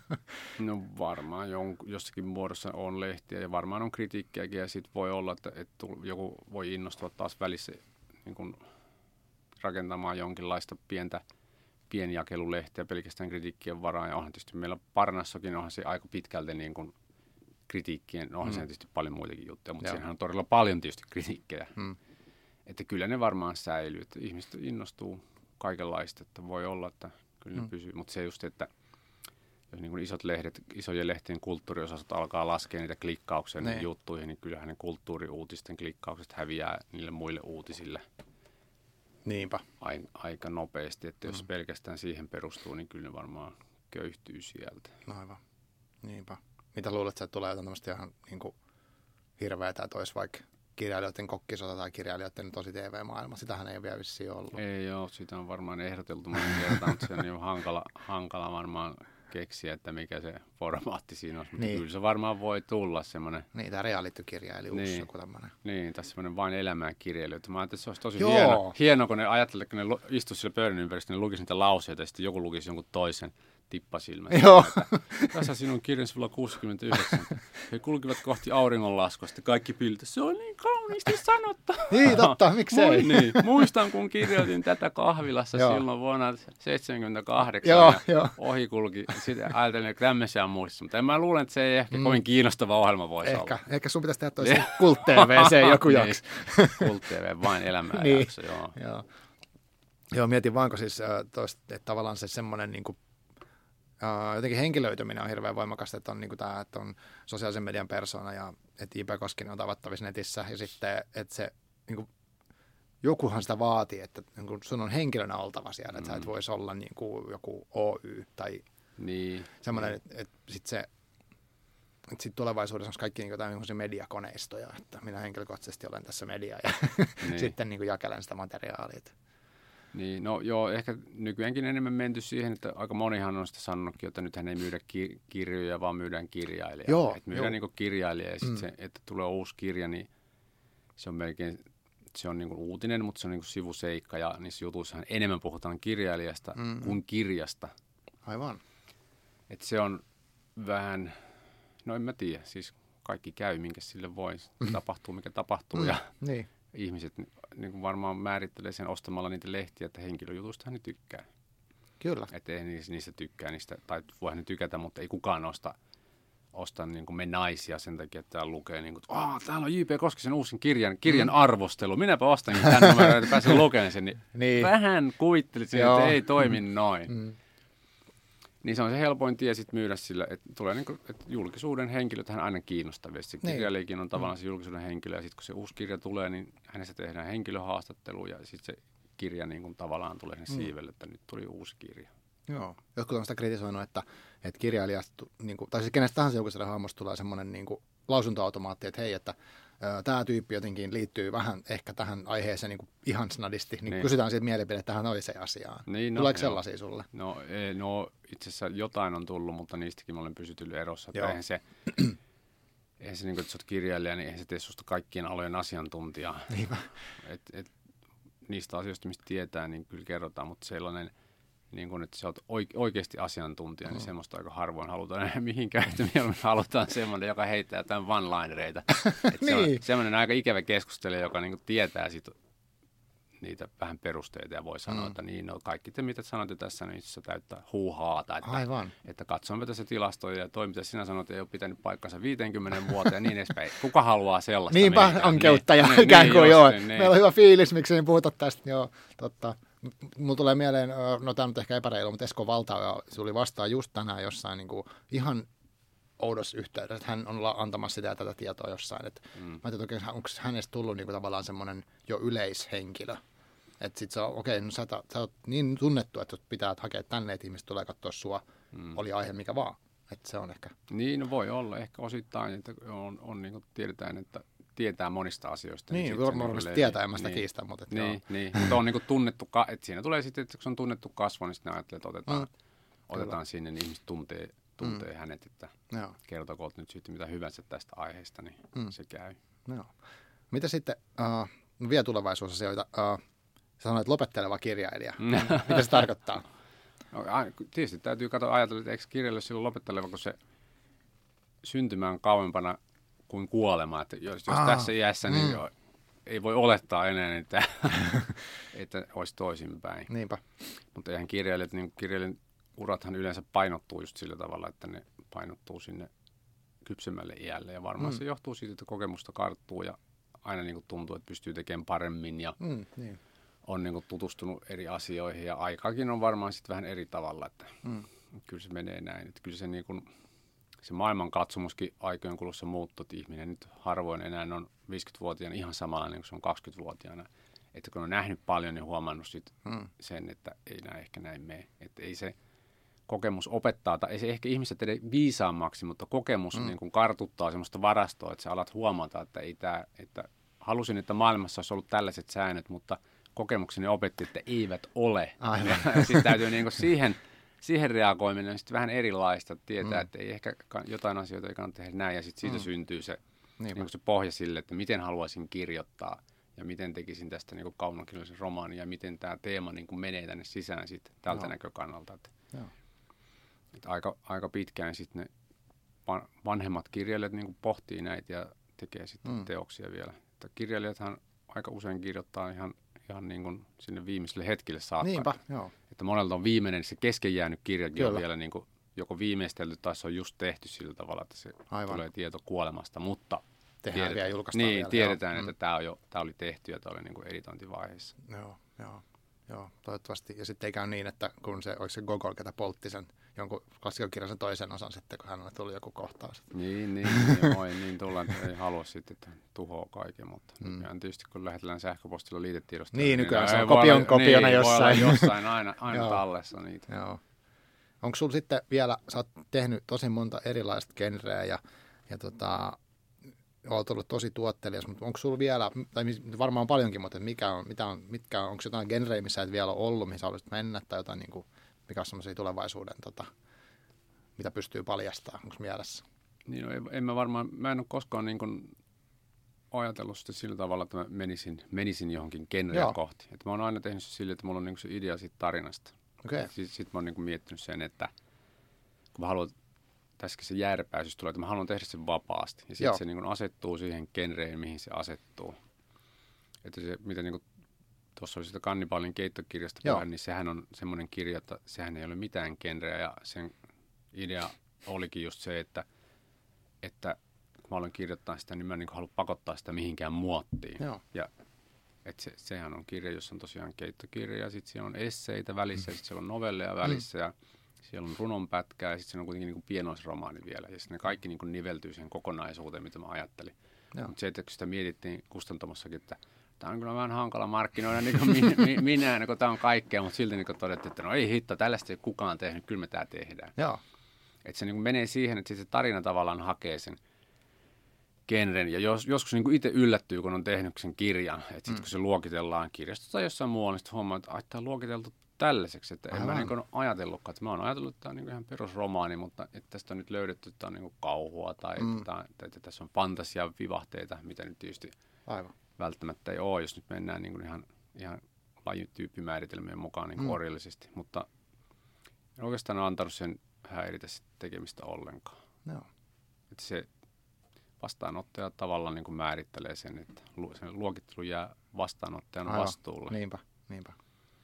No varmaan jon, jossakin muodossa on lehtiä ja varmaan on kritiikkiäkin ja sitten voi olla, että, että joku voi innostua taas välissä niin kun rakentamaan jonkinlaista pientä pienjakelulehteä pelkästään kritiikkien varaan. Ja onhan tietysti meillä Parnassakin onhan se aika pitkälti niin kuin kritiikkien, onhan mm. se tietysti paljon muitakin juttuja, mutta siinähän on todella paljon tietysti kritiikkejä. Mm. Että kyllä ne varmaan säilyy, että ihmiset innostuu kaikenlaista, että voi olla, että kyllä ne mm. pysyy. Mutta se just, että jos niin kuin isot lehdet, isojen lehtien kulttuuriosastot alkaa laskea niitä klikkauksia ne. niihin juttuihin, niin kyllähän ne kulttuuriuutisten klikkaukset häviää niille muille uutisille.
Niinpä.
Aika nopeasti, että jos
mm.
pelkästään siihen perustuu, niin kyllä ne varmaan köyhtyy sieltä.
No aivan. Niinpä. Mitä luulet, että tulee jotain tämmöistä ihan niin kuin hirveätä, että olisi vaikka kirjailijoiden kokkisota tai kirjailijoiden tosi T V-maailma? Sitähän ei vielä vissiin ollut.
Ei ole, sitä on varmaan ehdoteltu monta kertaa, mutta se on niin hankala, hankala varmaan keksiä, että mikä se formaatti siinä on. Mutta niin. Kyllä se varmaan voi tulla semmoinen.
Niin, tämä reality-kirjailijuus, niin. joku tämmöinen.
Niin, tässä semmoinen vain elämää kirjailijoita. Mä ajattelin, että se olisi tosi hieno, hieno, kun ne ajattelee, kun ne istuisi siellä pöydän ympäristössä, ne lukisi niitä lauseita ja sitten joku lukisi jonkun toisen tippasilmästä.
Joo.
Tässä sinun kirjan sivulla kuusikymmentäyhdeksän. He kulkivat kohti auringonlaskua, sitten kaikki piltä. Se on niin kauniisti sanottu.
Niin, totta, miksei?
Niin, muistan, kun kirjoitin tätä kahvilassa silloin vuonna seitsemänkymmentäkahdeksan.
Joo,
ja
jo.
Ohi kulki. Sitten ajattelin, että tämmöisiä on muissa. Mutta en mä luulen, että se ei ehkä mm. kovin kiinnostava ohjelma voisi
ehkä,
olla.
Ehkä sun pitäisi tehdä toisen Kult T V joku
niin.
jakso.
Kult T V, vain elämää
niin.
jakso, joo.
joo. Joo, mietin vaan, kun siis, äh, toista, että tavallaan se semmoinen niin kuin Uh, jotenkin henkilöityminen on hirveän voimakasta, että on, niin kuin tämä, että on sosiaalisen median persona ja että J P Koskinen on tavattavissa netissä ja sitten, että se niin kuin, jokuhan sitä vaatii, että niin kuin sun on henkilönä oltava siellä, että mm. sä et voisi olla niin kuin joku Oy tai
niin.
semmoinen, että, että sitten se että sit tulevaisuudessa on kaikki niin jotain mediakoneistoja, että minä henkilökohtaisesti olen tässä media ja niin. sitten niin kuin jakelen sitä materiaalia.
Niin, no joo, ehkä nykyäänkin enemmän menty siihen, että aika monihan on sitä sanonutkin, että nythän ei myydä ki- kirjoja, vaan myydään kirjailijaa.
Joo,
että myydään niin kirjailija ja sitten mm. se, että tulee uusi kirja, niin se on melkein, se on niin kuin uutinen, mutta se on niin kuin sivuseikka ja niissä jutuissahan enemmän puhutaan kirjailijasta mm. kuin kirjasta.
Aivan.
Että se on vähän, no en mä tiedä, siis kaikki käy, minkä sille voi, mm. tapahtuu mikä tapahtuu mm. ja
niin.
ihmiset niin kuin varmaan määrittelee sen ostamalla niitä lehtiä, että henkilöjutustahan ne tykkää.
Kyllä.
Että ei niistä tykkää, niistä, tai voihan ne tykätä, mutta ei kukaan osta, osta niin kuin me naisia sen takia, että täällä lukee, niin kuin, että oh, täällä on J P Koskisen uusin kirjan, kirjan mm. arvostelu. Minäpä ostankin tämän numeron, että pääsen lukemaan sen. Niin niin. Vähän kuvittelit, että ei toimi mm. noin. Mm. Niin se on se helpoin tie sitten myydä sillä, että tulee niin kuin, että julkisuuden henkilöt aina kiinnostavia. Se kirjailijakin on tavallaan se julkisuuden henkilö, ja sitten kun se uusi kirja tulee, niin hänestä tehdään henkilöhaastattelu, ja sitten se kirja niin kuin tavallaan tulee sinne mm. siivelle, että nyt tuli uusi kirja.
Joo. Jotkut on sitä kritisoinut, että, että kirjailijasta, niin kuin, tai siis kenestä tahansa julkisuuden hahmosta tulee semmoinen niin kuin lausuntoautomaatti, että hei, että tämä tyyppi jotenkin liittyy vähän ehkä tähän aiheeseen niin kuin ihan snadisti, niin, niin. kysytään siitä mielipidettä tähän toiseen asiaan. Niin, no, Tuleeko joo. sellaisia sulle?
No, ei, no itse asiassa jotain on tullut, mutta niistäkin mä olen pysytellyt erossa. Että eihän se, eihän se niin kuin, että sä oot kirjailija, niin eihän se tee susta kaikkien alojen asiantuntijaa. Et, et, niistä asioista, mistä tietää, niin kyllä kerrotaan, mutta sellainen, niin kuin, että sä oot oikeasti asiantuntija, mm. niin semmoista aika harvoin halutaan enää mihinkään, että mieluummin halutaan semmoinen, joka heittää jotain one-linereita. niin. Semmoinen aika ikävä keskustelija, joka niin kuin tietää sit niitä vähän perusteita ja voi sanoa, mm. että niin, no kaikki te, mitä sanoitte tässä, niin se täyttää huuhaata. Että,
Aivan.
Että katsomme tässä tilastoja ja toi, mitä sinä sanoit, ei ole pitänyt paikkansa viisikymmentä vuotta ja niin edespäin. Kuka haluaa sellaista?
Niinpä, ankeutta ja niin, ikään kuin niin, joo. Niin, Meillä on hyvä fiilis, miksi ei puhuta tästä. Joo, totta. Mulla tulee mieleen, no tämä on nyt ehkä epäreilu, mutta Esko Valtao, se oli vastaan just tänään jossain niin kuin ihan oudossa yhteydessä, että hän on antamassa sitä ja tätä tietoa jossain. Että mm. Mä ajattelin, että onko hänestä tullut niin kuin tavallaan semmoinen jo yleishenkilö. Että sit se on, okei, no sä, sä oot niin tunnettu, että pitää hakea tänne, että ihmiset tulee katsoa sua, mm. oli aihe mikä vaan. Että se on ehkä.
Niin, no voi olla ehkä osittain, että on, on niin kuin tiedetään, että tietää monista asioista.
Niin, niin varmasti niin tietää, en mä sitä niin, kiistä. Mutta että
niin, niin, mutta on niin kuin tunnettu, että siinä tulee sitten, että kun se on tunnettu kasvo, niin sitten ajattelee, että otetaan, mm. otetaan sinne, niin ihmiset tuntee, tuntee mm. hänet, että joo. kertokoot nyt sitten mitä hyvänsä tästä aiheesta, niin mm. se käy.
Joo. Mitä sitten, uh, vielä tulevaisuusasioita, uh, sanoit lopetteleva kirjailija. Mitä se tarkoittaa?
No, tietysti täytyy katsoa ajatella, että eikö kirjailija silloin lopetteleva, kun se syntymä on kauempana kuin kuolema. Että jos, jos tässä iässä, niin mm. jo, ei voi olettaa enää, että, että olisi toisinpäin.
Niinpä.
Mutta eihän kirjailijat, niin kirjailijan urathan yleensä painottuu just sillä tavalla, että ne painottuu sinne kypsemmälle iälle. Ja varmaan mm. se johtuu siitä, että kokemusta karttuu ja aina niin kuin tuntuu, että pystyy tekemään paremmin ja mm, niin. on niin kuin tutustunut eri asioihin. Ja aikakin on varmaan sitten vähän eri tavalla, että mm. kyllä se menee näin. Että kyllä se, niin kuin, se maailman katsomuskin aikojen kulussa muuttui, että ihminen nyt harvoin enää on viisikymmentävuotiaana ihan samanlainen kuin se on kaksikymmentävuotiaana. Että kun on nähnyt paljon ja huomannut sit mm. sen, että ei näin ehkä näin mene. Että ei se kokemus opettaa, tai ei se ehkä ihmiset edes viisaammaksi, mutta kokemus mm. niin kuin kartuttaa semmoista varastoa, että sä alat huomata, että, ei tää, että halusin, että maailmassa olisi ollut tällaiset säännöt, mutta kokemukseni opetti, että eivät ole. Aivan. Ja sitten täytyy niin kuin siihen, siihen reagoiminen on sitten vähän erilaista, että tietää, mm. että ei ehkä jotain asioita ei kannata tehdä näin, ja sitten siitä mm. syntyy se, niin kuin se pohja sille, että miten haluaisin kirjoittaa, ja miten tekisin tästä niin kuin kaunokirjallisen romaanin, ja miten tämä teema niin kuin menee tänne sisään sitten tältä no. näkökannalta. Että, että aika, aika pitkään sitten ne vanhemmat kirjailijat niin kuin pohtii näitä ja tekee sitten mm. teoksia vielä. Että kirjailijathan aika usein kirjoittaa ihan, ihan niin kuin sinne viimeiselle hetkelle saakka.
Niinpä, joo.
Että monelta on viimeinen, se kesken jäänyt kirjakin Kyllä. on vielä niin kuin joko viimeistelty tai se on just tehty sillä tavalla, että se Aivan. tulee tieto kuolemasta, mutta
Tehdään tiedetään, vielä, julkaistaan
niin,
vielä.
tiedetään,
joo.
että mm. tämä, on jo, tämä oli tehty ja tämä oli niin kuin editointivaiheessa.
Joo, joo, joo, toivottavasti. Ja sitten ei käy niin, että kun se, oliko se Gogol, ketä poltti sen jonkun klassikokirjan toisen osan sitten, kun hänelle tuli joku kohtaus.
Niin, niin, niin voi niin tulla, että ei halua sitten, että tuhoaa kaiken, mutta mm. nykyään tietysti kun lähetellään sähköpostilla liitetiedosta.
Niin, nykyään niin, se on kopion, kopiona
niin,
jossain.
Voi olla jossain aina, aina tallessa niitä.
Joo. Onko sulla sitten vielä, sä oot tehnyt tosi monta erilaista genreä ja, ja tota, olet ollut tosi tuottelias, mutta onko sulla vielä, tai varmaan paljonkin, mutta mikä on, mitä on, mitkä on, onko jotain genreä, missä et vielä ole ollut, mihin sä haluaisit mennä, tai jotain, niin kuin, mikä on semmoisia tulevaisuuden, tota, mitä pystyy paljastamaan, onko mielessä?
Niin, no, en mä varmaan, mä en ole koskaan niin kuin ajatellut sitä sillä tavalla, että mä menisin, menisin johonkin genreä kohti. Että mä oon aina tehnyt se sillä, että mulla on niin kuin se idea siitä tarinasta.
Okay.
Sitten sit mä oon niin kuin miettinyt sen, että kun mä haluan, tässäkin se järpäisyys tulee, että mä haluan tehdä sen vapaasti. Ja sitten se niin kuin asettuu siihen genreen, mihin se asettuu. Että se, mitä niin kuin tuossa oli sitä Kannibaalin keittokirjasta puhe, niin sehän on semmoinen kirja, että sehän ei ole mitään genreä. Ja sen idea olikin just se, että, että kun mä haluan kirjoittaa sitä, niin mä en niin kuin halua pakottaa sitä mihinkään muottiin. Joo. Ja että se, sehän on kirja, jossa on tosiaan keittokirja, ja sitten siellä on esseitä välissä, ja sitten siellä on novelleja välissä, ja siellä on runonpätkää, ja sitten siellä on kuitenkin niin kuin pienoisromaani vielä, ja sitten ne kaikki niin kuin niveltyy siihen kokonaisuuteen, mitä mä ajattelin. Mutta se, että kun sitä mietittiin kustantamossakin, että tämä on kyllä vähän hankala markkinoida niin kuin minä, minä, kun tämä on kaikkea, mutta silti niin kuin todettiin, että no ei hitto, tällaista ei kukaan tehnyt, kyllä me tämä tehdään. Joo. Että se niin kuin menee siihen, että se tarina tavallaan hakee sen genren, ja jos, joskus niin kuin itse yllättyy, kun on tehnyt sen kirjan, että sitten mm. kun se luokitellaan kirjastossa tai jossain muualla, niin sitten huomaa, että tämä on luokiteltu tällaiseksi, että Aivan. en mä niin kuin ajatellutkaan, että mä oon ajatellut, että tämä on niin kuin ihan perusromaani, mutta että tästä on nyt löydetty, että tämä on niin kuin kauhua tai mm. että, tämä, että, että tässä on fantasian vivahteita, mitä nyt tietysti Aivan. välttämättä ei ole, jos nyt mennään niin kuin ihan, ihan lajityyppimääritelmien mukaan niin kuin mm. orjallisesti, mutta en oikeastaan ole antanut sen häiritä tekemistä ollenkaan. No. Että se vastaanottaja tavallaan niin kuin määrittelee sen, että sen luokittelu jää vastaanottajan Aivan. vastuulle.
Niinpä, niinpä.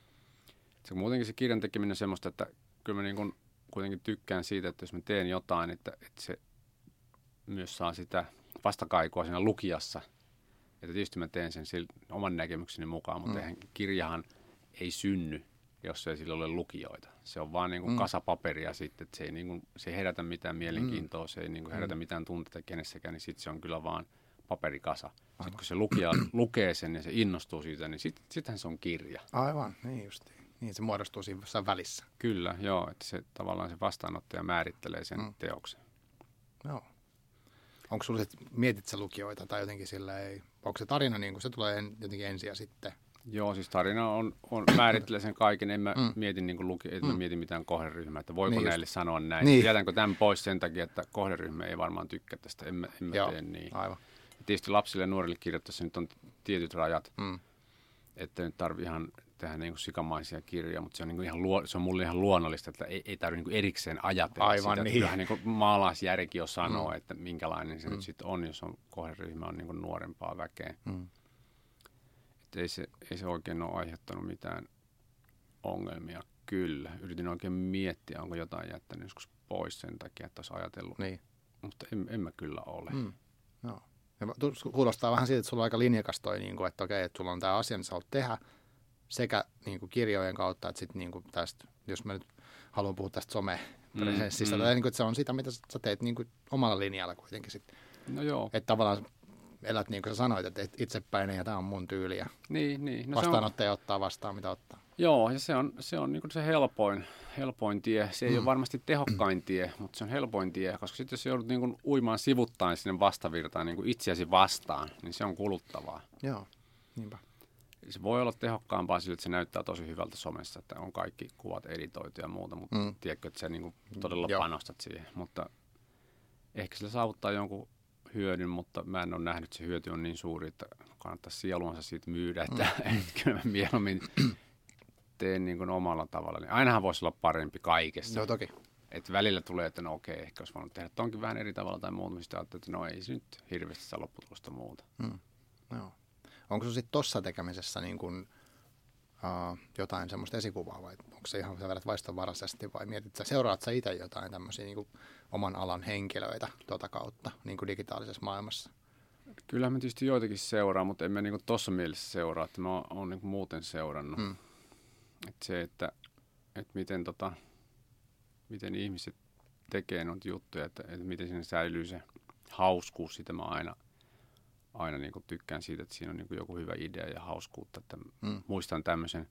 Se, muutenkin se kirjan tekeminen on semmoista, että kyllä mä niin kuin kuitenkin tykkään siitä, että jos mä teen jotain, että, että se myös saa sitä vastakaikua siinä lukijassa. Että tietysti mä teen sen sillä, oman näkemykseni mukaan, mutta mm. eihän kirjahan ei synny, jos ei sillä ole lukijoita. Se on vaan niin kuin mm. kasa paperia sitten, että se ei, niin kuin, se ei herätä mitään mielenkiintoa, mm. se ei niin kuin herätä mm. mitään tunteita kenessäkään, niin sitten se on kyllä vaan paperikasa. Aivan. Sitten kun se lukija lukee sen ja se innostuu siitä, niin sit, sittenhän se on kirja.
Aivan, niin justiin. Niin se muodostuu siinä jossain välissä.
Kyllä, joo, että se tavallaan se vastaanottaja määrittelee sen mm. teoksen.
Joo. Onko sulla sit, mietit sä lukijoita tai jotenkin sillä ei, onko se tarina niin kuin se tulee en, jotenkin ensin ja sitten?
Joo, siis tarina on, on määrittelee sen kaiken. En mä mm. mietin, niin kuin luki, en mä mietin mitään kohderyhmää, että voiko niin näille just sanoa näin. Niin. Jätänkö tämän pois sen takia, että kohderyhmä ei varmaan tykkää tästä. En mä, en mä
Joo,
tee niin.
Aivan.
Ja tietysti lapsille ja nuorille kirjoittaessa nyt on tietyt rajat, mm. että nyt tarvii ihan tehdä niin kuin sikamaisia kirjoja, mutta se on, niin kuin ihan, luo, se on mulle ihan luonnollista, että ei, ei tarvitse niin kuin erikseen ajatella
Aivan
sitä.
niin.
Kyllähän niin kuin maalaisjärki jo sanoo, mm. että minkälainen se
mm.
nyt sitten on, jos on kohderyhmä on niin kuin nuorempaa väkeä. Mm. Että ei, se, ei se oikein ole aiheuttanut mitään ongelmia. Kyllä. Yritin oikein miettiä, onko jotain jättänyt joskus pois sen takia, että olisi ajatellut.
Niin.
Mutta en, en mä kyllä ole.
Mm. No. Ja kuulostaa vähän siitä, että sulla on aika linjakas toi, niin kuin, että okei, että sulla on tämä asia, mitä sä haluat tehdä sekä niin kuin kirjojen kautta, että sitten niin kuin tästä, jos mä nyt haluan puhua tästä somepresenssistä, mm, tai mm. niin kuin, että se on sitä, mitä sä teet niin kuin omalla linjalla kuitenkin sitten.
No joo.
Että tavallaan elät niin kuin sä sanoit, että itsepäinen ja tämä on mun tyyli ja
niin, niin. No
vastaanottaja on... ottaa vastaan, mitä ottaa.
Joo, ja se on se, on niin kuin se helpoin, helpoin tie. Se ei mm. ole varmasti tehokkain tie, mutta se on helpoin tie, koska sitten jos joudut niin kuin uimaan sivuttain sinne vastavirtaan niin kuin itseäsi vastaan, niin se on kuluttavaa.
Joo, niinpä.
Se voi olla tehokkaampaa sillä, että se näyttää tosi hyvältä somessa, että on kaikki kuvat editoitu ja muuta, mutta mm. tiedätkö, että sä niin kuin todella Joo. panostat siihen. Mutta ehkä sillä saavuttaa jonkun hyödyn, mutta mä en ole nähnyt, että se hyöty on niin suuri, että kannattaa sieluansa siitä myydä, että mm. kyllä mä mieluummin teen niin kuin omalla tavalla. Niin ainahan voisi olla parempi kaikessa.
Joo, toki.
Että välillä tulee, että no okei, ehkä olisi voinut tehdä tonkin vähän eri tavalla tai muuta, mistä ajattelee, että no ei se nyt hirveästi saa lopputulosta muuta.
Mm. Joo. Onko se sitten tuossa tekemisessä niin kuin, uh, jotain semmoista esikuvaa vai onko se ihan sä vedät vaistonvaraisesti vai mietit sä, seuraat sä itse jotain tämmöisiä niin kuin oman alan henkilöitä tuota kautta niin kuin digitaalisessa maailmassa?
Kyllähän mä tietysti joitakin seuraa, mutta en mä niin kuin tuossa mielessä seuraa, että mä oon niin kuin muuten seurannut. Mm. Että se, että, että miten, tota, miten ihmiset tekee noita juttuja, että, että miten siinä säilyy se hauskuus, sitä mä aina aina niin kuin tykkään siitä, että siinä on niin kuin joku hyvä idea ja hauskuutta. Että mm. Muistan tämmöisen,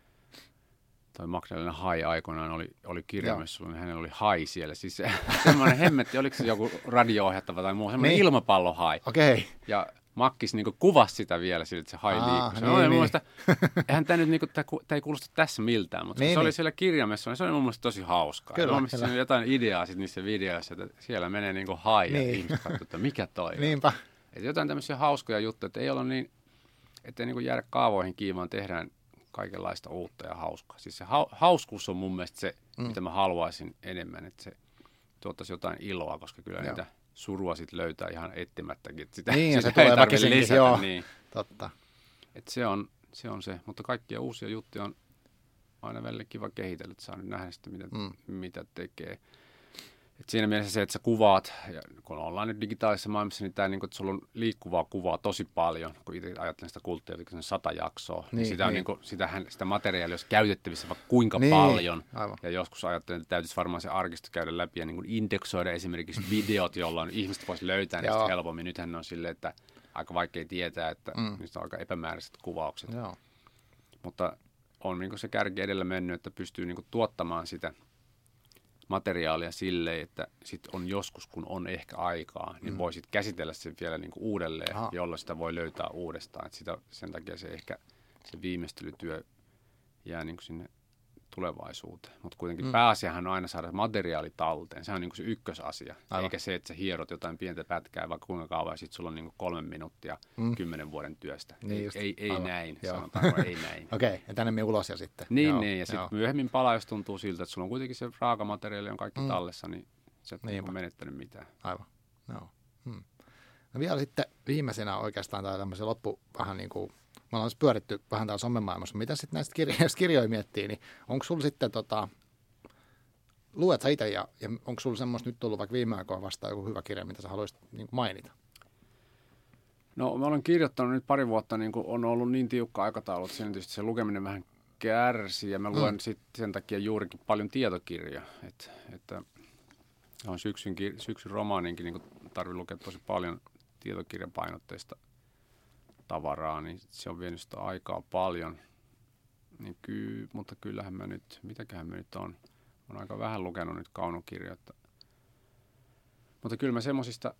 toi Magdalena Hai aikoinaan oli, oli kirjamessuilla, niin hänellä oli hai siellä. Siis se, semmoinen hemmetti, oliko se joku radio-ohjattava tai muu, semmoinen niin. ilmapallohai.
Okay.
Ja Makkis niin kuin kuvasi sitä vielä sillä, että se hai
Aa,
liikkui. Se
niin,
oli
niin.
mun mielestä, eihän tämä nyt niin kuin, tämä ei kuulosta tässä miltään, mutta niin, se oli niin. siellä kirjamessuilla, niin se oli mun mielestä tosi hauskaa. Kyllä, ja siinä oli jotain ideaa sit niissä videoissa, että siellä menee niin kuin hai niin. ja ihmiset katsovat, että mikä toi
Niinpä.
Että jotain tämmöisiä hauskoja juttuja, että ei ole niin, ettei niin kuin jäädä kaavoihin kiinni, vaan tehdään kaikenlaista uutta ja hauskaa. Siis se ha- hauskuus on mun mielestä se, mm. mitä mä haluaisin enemmän, että se tuottaisi jotain iloa, koska kyllä Joo. niitä surua sit löytää ihan etsimättäkin. Että sitä,
niin,
sitä
se
ei
tulee
tarvitse lisätä.
Joo,
niin.
totta.
Että se on, se on se, mutta kaikkia uusia juttuja on aina välillä kiva kehitellä, että saa nyt nähdä sitä, mitä, mm. mitä tekee. Et siinä mielessä se, että sä kuvaat, ja kun ollaan nyt digitaalisessa maailmassa, niin tämä, niin että sulla on liikkuvaa kuvaa tosi paljon, kun itse ajattelen sitä kulttia, että se on sata jaksoa, niin, niin sitä, on, niin. Niin kuin, sitähän, sitä materiaalia olisi käytettävissä vaikka kuinka niin, paljon, aivan. Ja joskus ajattelen, että täytyisi varmaan se arkisto käydä läpi ja niin kuin indeksoida esimerkiksi videot, jolloin ihmiset voisi löytää niistä helpommin. Nythän ne on silleen, että aika vaikea tietää, että mm. niistä on aika epämääräiset kuvaukset, Joo. Mutta on niin kuin se kärki edellä mennyt, että pystyy niin kuin tuottamaan sitä materiaalia silleen, että sit on joskus, kun on ehkä aikaa, niin mm. voisit käsitellä sen vielä niinku uudelleen, Aha. jolloin sitä voi löytää uudestaan. Et sitä, sen takia se ehkä se viimeistelytyö jää niinku sinne tulevaisuuteen. Mutta kuitenkin mm. pääasiahan on aina saada materiaali talteen. Se on niinku se ykkösasia. Aivan. Eikä se, että sä hierot jotain pientä pätkää vaikka kuinka kauan ja sitten sulla on niinku kolme minuuttia mm. kymmenen vuoden työstä. Niin ei ei, ei näin, sanotaanko ei näin.
Okei, okay. Ja tänne ulos ja sitten.
Niin, joo, niin. Ja sitten myöhemmin palaa, jos tuntuu siltä, että sulla on kuitenkin se raakamateriaali on kaikki mm. tallessa, niin sä et ole menettänyt mitään.
Aivan, joo. Hmm. No vielä sitten viimeisenä oikeastaan tämä tämmöisen loppu vähän niin kuin me ollaan pyöritty vähän täällä somemaailmassa. Mitä sitten näistä kirjo- jos kirjoja miettii, niin onko sulla sitten, tota, luet sä itse ja, ja onko sulla semmoista nyt tullut vaikka viime aikoina vastaan joku hyvä kirja, mitä sä haluaisit niin kuin mainita?
No mä olen kirjoittanut nyt pari vuotta, niin kuin on ollut niin tiukka aikataulu, että tietysti se lukeminen vähän kärsii ja mä luen mm. sitten sen takia juurikin paljon tietokirjaa. Et, että on syksyn, syksyn romaaninkin niin tarvii lukea tosi paljon tietokirjapainotteista tavaraa, niin se on vienyt sitä aikaa paljon. Niin ky, mutta kyllähän mä nyt, mitäköhän mä nyt on, on aika vähän lukenut nyt kaunokirjoita. Mutta kyllä mä semmosista,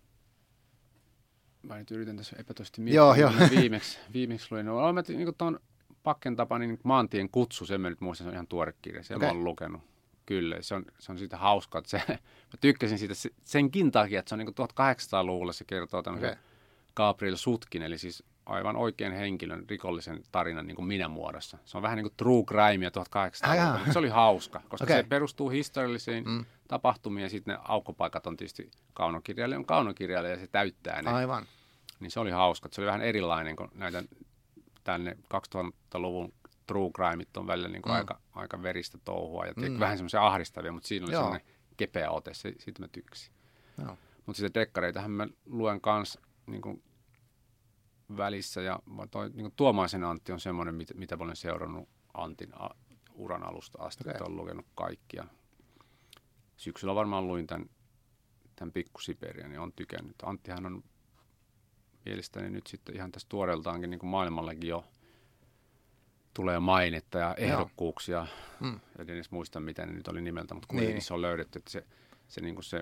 mä nyt yritän tässä epätoisesti miettiä, joo, jo. viimeksi, viimeksi luin. No, mä niin kuin tuon Pakken Tapanin niin Maantien kutsu, sen mä nyt muistan, se on ihan tuore kirja, sen okay. mä oon lukenut. Kyllä, se on, se on siitä hauskaa, että se, mä tykkäsin siitä senkin takia, että se on niin kuin tuhatkahdeksansataaluvulla, se kertoo tämmöisen okay. Gabriel Sutkin, eli siis aivan oikein henkilön rikollisen tarinan niin kuin minä muodossa. Se on vähän niin kuin true crimea tuhatkahdeksansataaluvulta, mutta se oli hauska, koska okay. se perustuu historiallisiin mm. tapahtumiin ja sitten ne aukkopaikat on tietysti kaunokirjailija on kaunokirjailija ja se täyttää ne.
Aivan.
Niin se oli hauska, se oli vähän erilainen kuin näitä tänne kaksituhattaluvun true crimeit on välillä niin kuin mm. aika, aika veristä touhua ja mm. vähän semmoisia ahdistavia, mutta siinä oli Joo. semmoinen kepeä ote, se, siitä mä tyksin. Mutta sitten dekkareitahan mä luen kanssa niin kuin välissä ja toi, niin kuin Tuomaisen Antti on semmoinen, mitä, mitä olen seurannut Antin a, uran alusta asti, okay. että olen lukenut kaikkia. Syksyllä varmaan luin tämän, tämän Pikku Siperian ja olen tykännyt. Anttihan on mielestäni nyt sitten ihan tässä tuoreeltaankin niin kuin maailmallakin jo tulee mainetta ja ehdokkuuksia. Hmm. En edes muista, mitä ne nyt oli nimeltä, mutta kuitenkin niin. se on löydetty, että se, se, niin kuin se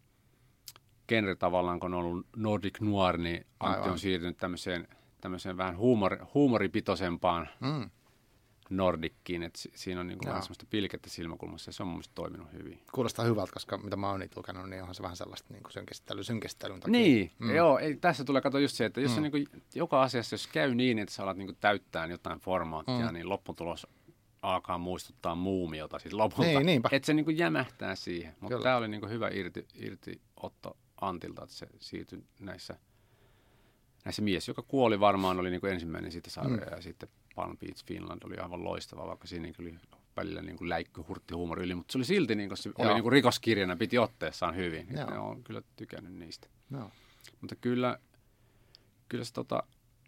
genre tavallaan, kun on ollut Nordic Noir, niin Antti Aivan. on siirtynyt tämmöiseen, tämmöiseen vähän huumor, huumoripitoisempaan mm. Nordickiin, että si- siinä on niin kuin vähän semmoista pilkettä silmäkulmassa ja se on mun mielestä toiminut hyvin.
Kuulostaa hyvältä, koska mitä mä oon niitä lukenut, niin onhan se vähän sellaista niin kuin synkistely, synkistelyn takia.
Niin, mm. joo, ei, tässä tulee katsoa just se, että jos mm. se niin kuin, joka asiassa, jos käy niin, että sä alat niin kuin täyttää jotain formaattia, mm. niin lopputulos alkaa muistuttaa muumiota siis lopulta, niin, että se niin kuin jämähtää siihen. Mutta tämä oli niin kuin hyvä irti, irtiotto Antilta, että se siirtyi näissä, näissä mies, joka kuoli varmaan, oli niin kuin ensimmäinen siitä sarja mm. ja sitten Palm Beach Finland oli aivan loistava, vaikka siinä oli välillä niin kuin läikky, hurtti, huumori yli, mutta se oli silti niin kuin se oli niin kuin rikoskirjana, piti otteessaan hyvin. Ne on kyllä tykännyt niistä. Joo. Mutta kyllä, kyllä se, tota,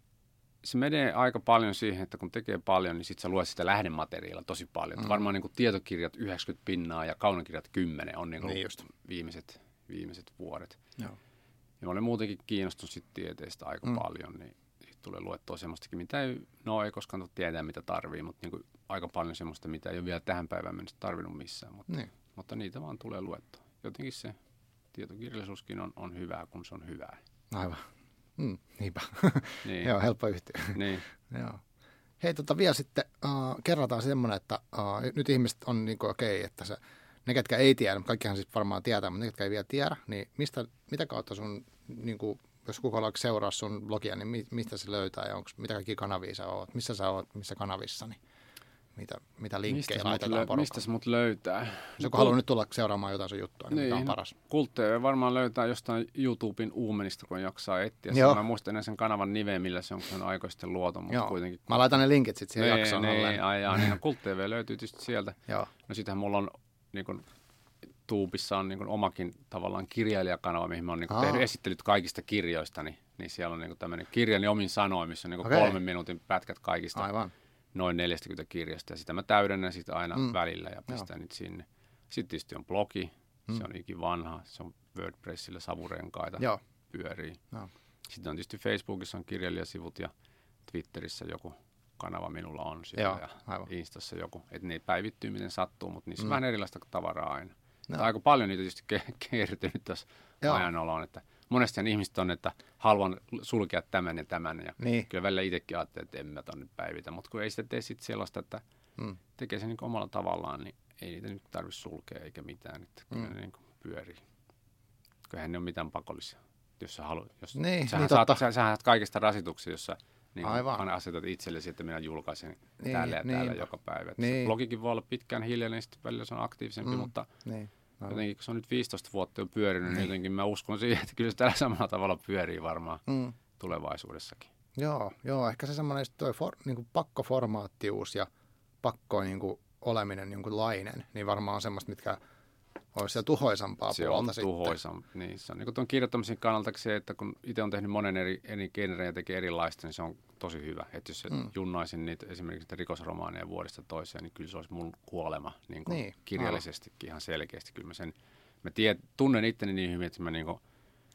se menee aika paljon siihen, että kun tekee paljon, niin sitten sä luet sitä lähdemateriaalia tosi paljon. Mm. Varmaan niin kuin tietokirjat yhdeksänkymmentä pinnaa ja kaunokirjat kymmenen on niin kuin niin viimeiset, viimeiset vuodet. Joo. Ja mä olen muutenkin kiinnostunut sit tieteestä aika mm. paljon, niin tulee luettua semmoistakin, mitä ei, no ei koskaan tietää, mitä tarvii, mutta niin kuin aika paljon semmoista, mitä ei ole vielä tähän päivään mennessä tarvinnut missään, mutta, niin. mutta niitä vaan tulee luettua. Jotenkin se tietokirjallisuuskin on, on hyvää, kun se on hyvää.
Aivan. Mm, niinpä. Niin. Joo, helppo yhtyä. Niin. Joo. Hei, tota vielä sitten uh, kerrataan semmoinen, että uh, nyt ihmiset on niin kuin okei, okay, että se, ne, ketkä ei tiedä, kaikkihan siis varmaan tietää, mutta ne, ketkä ei vielä tiedä, niin mistä, mitä kautta sun niin kuin jos kukaan seuraa sun blogia, niin mistä se löytää ja onko, mitä kaikki kanavia sä oot, missä sä oot, missä kanavissa, niin mitä, mitä linkkejä mistä laitetaan porukkaan.
Mistä se mut löytää?
Jos joku haluaa nyt tulla seuraamaan jotain sun juttua, niin, niin mikä on paras?
Kult T V varmaan löytää jostain YouTuben uumenista, kun jaksaa etsiä. Mä muistan enää sen kanavan nimeä, millä se on, kun on aikoja sitten luotu, mutta kuitenkin.
Mä laitan ne linkit sitten siihen
nee,
jaksoon.
Niin, ajaa, niin Kult T V löytyy tietysti sieltä. Joo. No sitähän mulla on niin kun, YouTubessa on niin kun, omakin tavallaan kirjailijakanava, mihin mä oon niin kun, tehnyt esittelyt kaikista kirjoista, niin, niin siellä on niin tämmöinen kirjani omin sanoin, missä on niin okay. kolmen minuutin pätkät kaikista Aivan. noin neljäkymmentä kirjasta. Ja sitä mä täydennän sitä aina mm. välillä ja pistän Joo. niitä sinne. Sitten tietysti on blogi, mm. se on ikivanha, se on WordPressillä savurenkaita, Joo. pyörii. Joo. Sitten on tietysti Facebookissa on kirjailijasivut ja Twitterissä joku kanava minulla on siellä Joo, ja aivan. Instassa joku. Että ne päivittyy miten sattuu, mutta niissä mm. on vähän erilaista tavaraa aina. No. Aika paljon niitä tietysti ke- kertynyt tässä ajanoloon, että monestihan ihmiset on, että haluan sulkea tämän ja tämän ja niin. kyllä välillä itsekin ajattelee, että en mä tonne päivitä, mutta kun ei sitä tee sitten sellaista, että mm. tekee sen niin omalla tavallaan, niin ei niitä nyt tarvitse sulkea eikä mitään, että kyllä mm. ne niin pyörii. Kyllähän ne on mitään pakollisia, jos sä haluat. Jos,
niin,
sähän,
niin
saat, sä, sähän saat kaikista rasituksia, jos sä niin asetat itsellesi, että minä julkaisen niin, täällä ja niin. täällä joka päivä. Niin. Blogikin voi olla pitkään hiljainen, niin sitten välillä se on aktiivisempi, mm. mutta niin. jotenkin kun se on nyt viisitoista vuotta jo pyörinyt, niin jotenkin mä uskon siihen, että kyllä se tällä samalla tavalla pyörii varmaan mm. tulevaisuudessakin.
Joo, joo, ehkä se semmoinen toi for, niin kuin pakkoformaattius ja pakko niin kuin oleminen jonkunlainen, niin varmaan on semmoista, mitkä olisi siellä tuhoisampaa
se
puolta
sitten. Se on tuhoisam. Niin, se on niin kuin tuon kirjoittamisen kannalta se, että kun itse on tehnyt monen eri, eri genrejä ja tekee erilaista, niin se on tosi hyvä. Että jos mm. junnaisin niitä esimerkiksi niitä rikosromaaneja vuodesta toiseen, niin kyllä se olisi mun kuolema niin kuin niin, kirjallisestikin ihan selkeästi. Kyllä mä, sen, mä tiedän, tunnen itteni niin hyvin, että mä niin kuin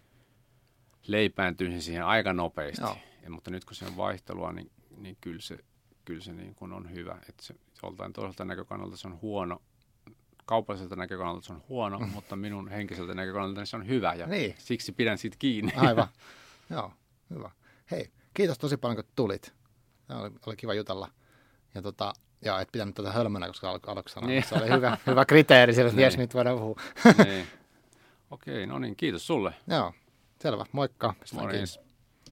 leipääntyisin siihen aika nopeasti. Ja, mutta nyt kun se on vaihtelua, niin, niin kyllä se, kyllä se niin kuin on hyvä. Että se, joltain toiselta näkökannalta se on huono. Kaupalliselta näkökannalta se on huono, mm. mutta minun henkiseltä näkökannalta se on hyvä ja niin. siksi pidän siitä kiinni.
Aivan. Joo, hyvä. Hei, kiitos tosi paljon, kun tulit. Tämä oli, oli kiva jutella. Ja, tota, ja et pitänyt tätä hölmönä, koska al- aluksi sanoa. Niin. Se oli hyvä, hyvä kriteeri, sillä niin. ties, nyt voidaan puhua.
Niin. Okei, no niin, kiitos sulle.
Joo, selvä. Moikka.
Morjens.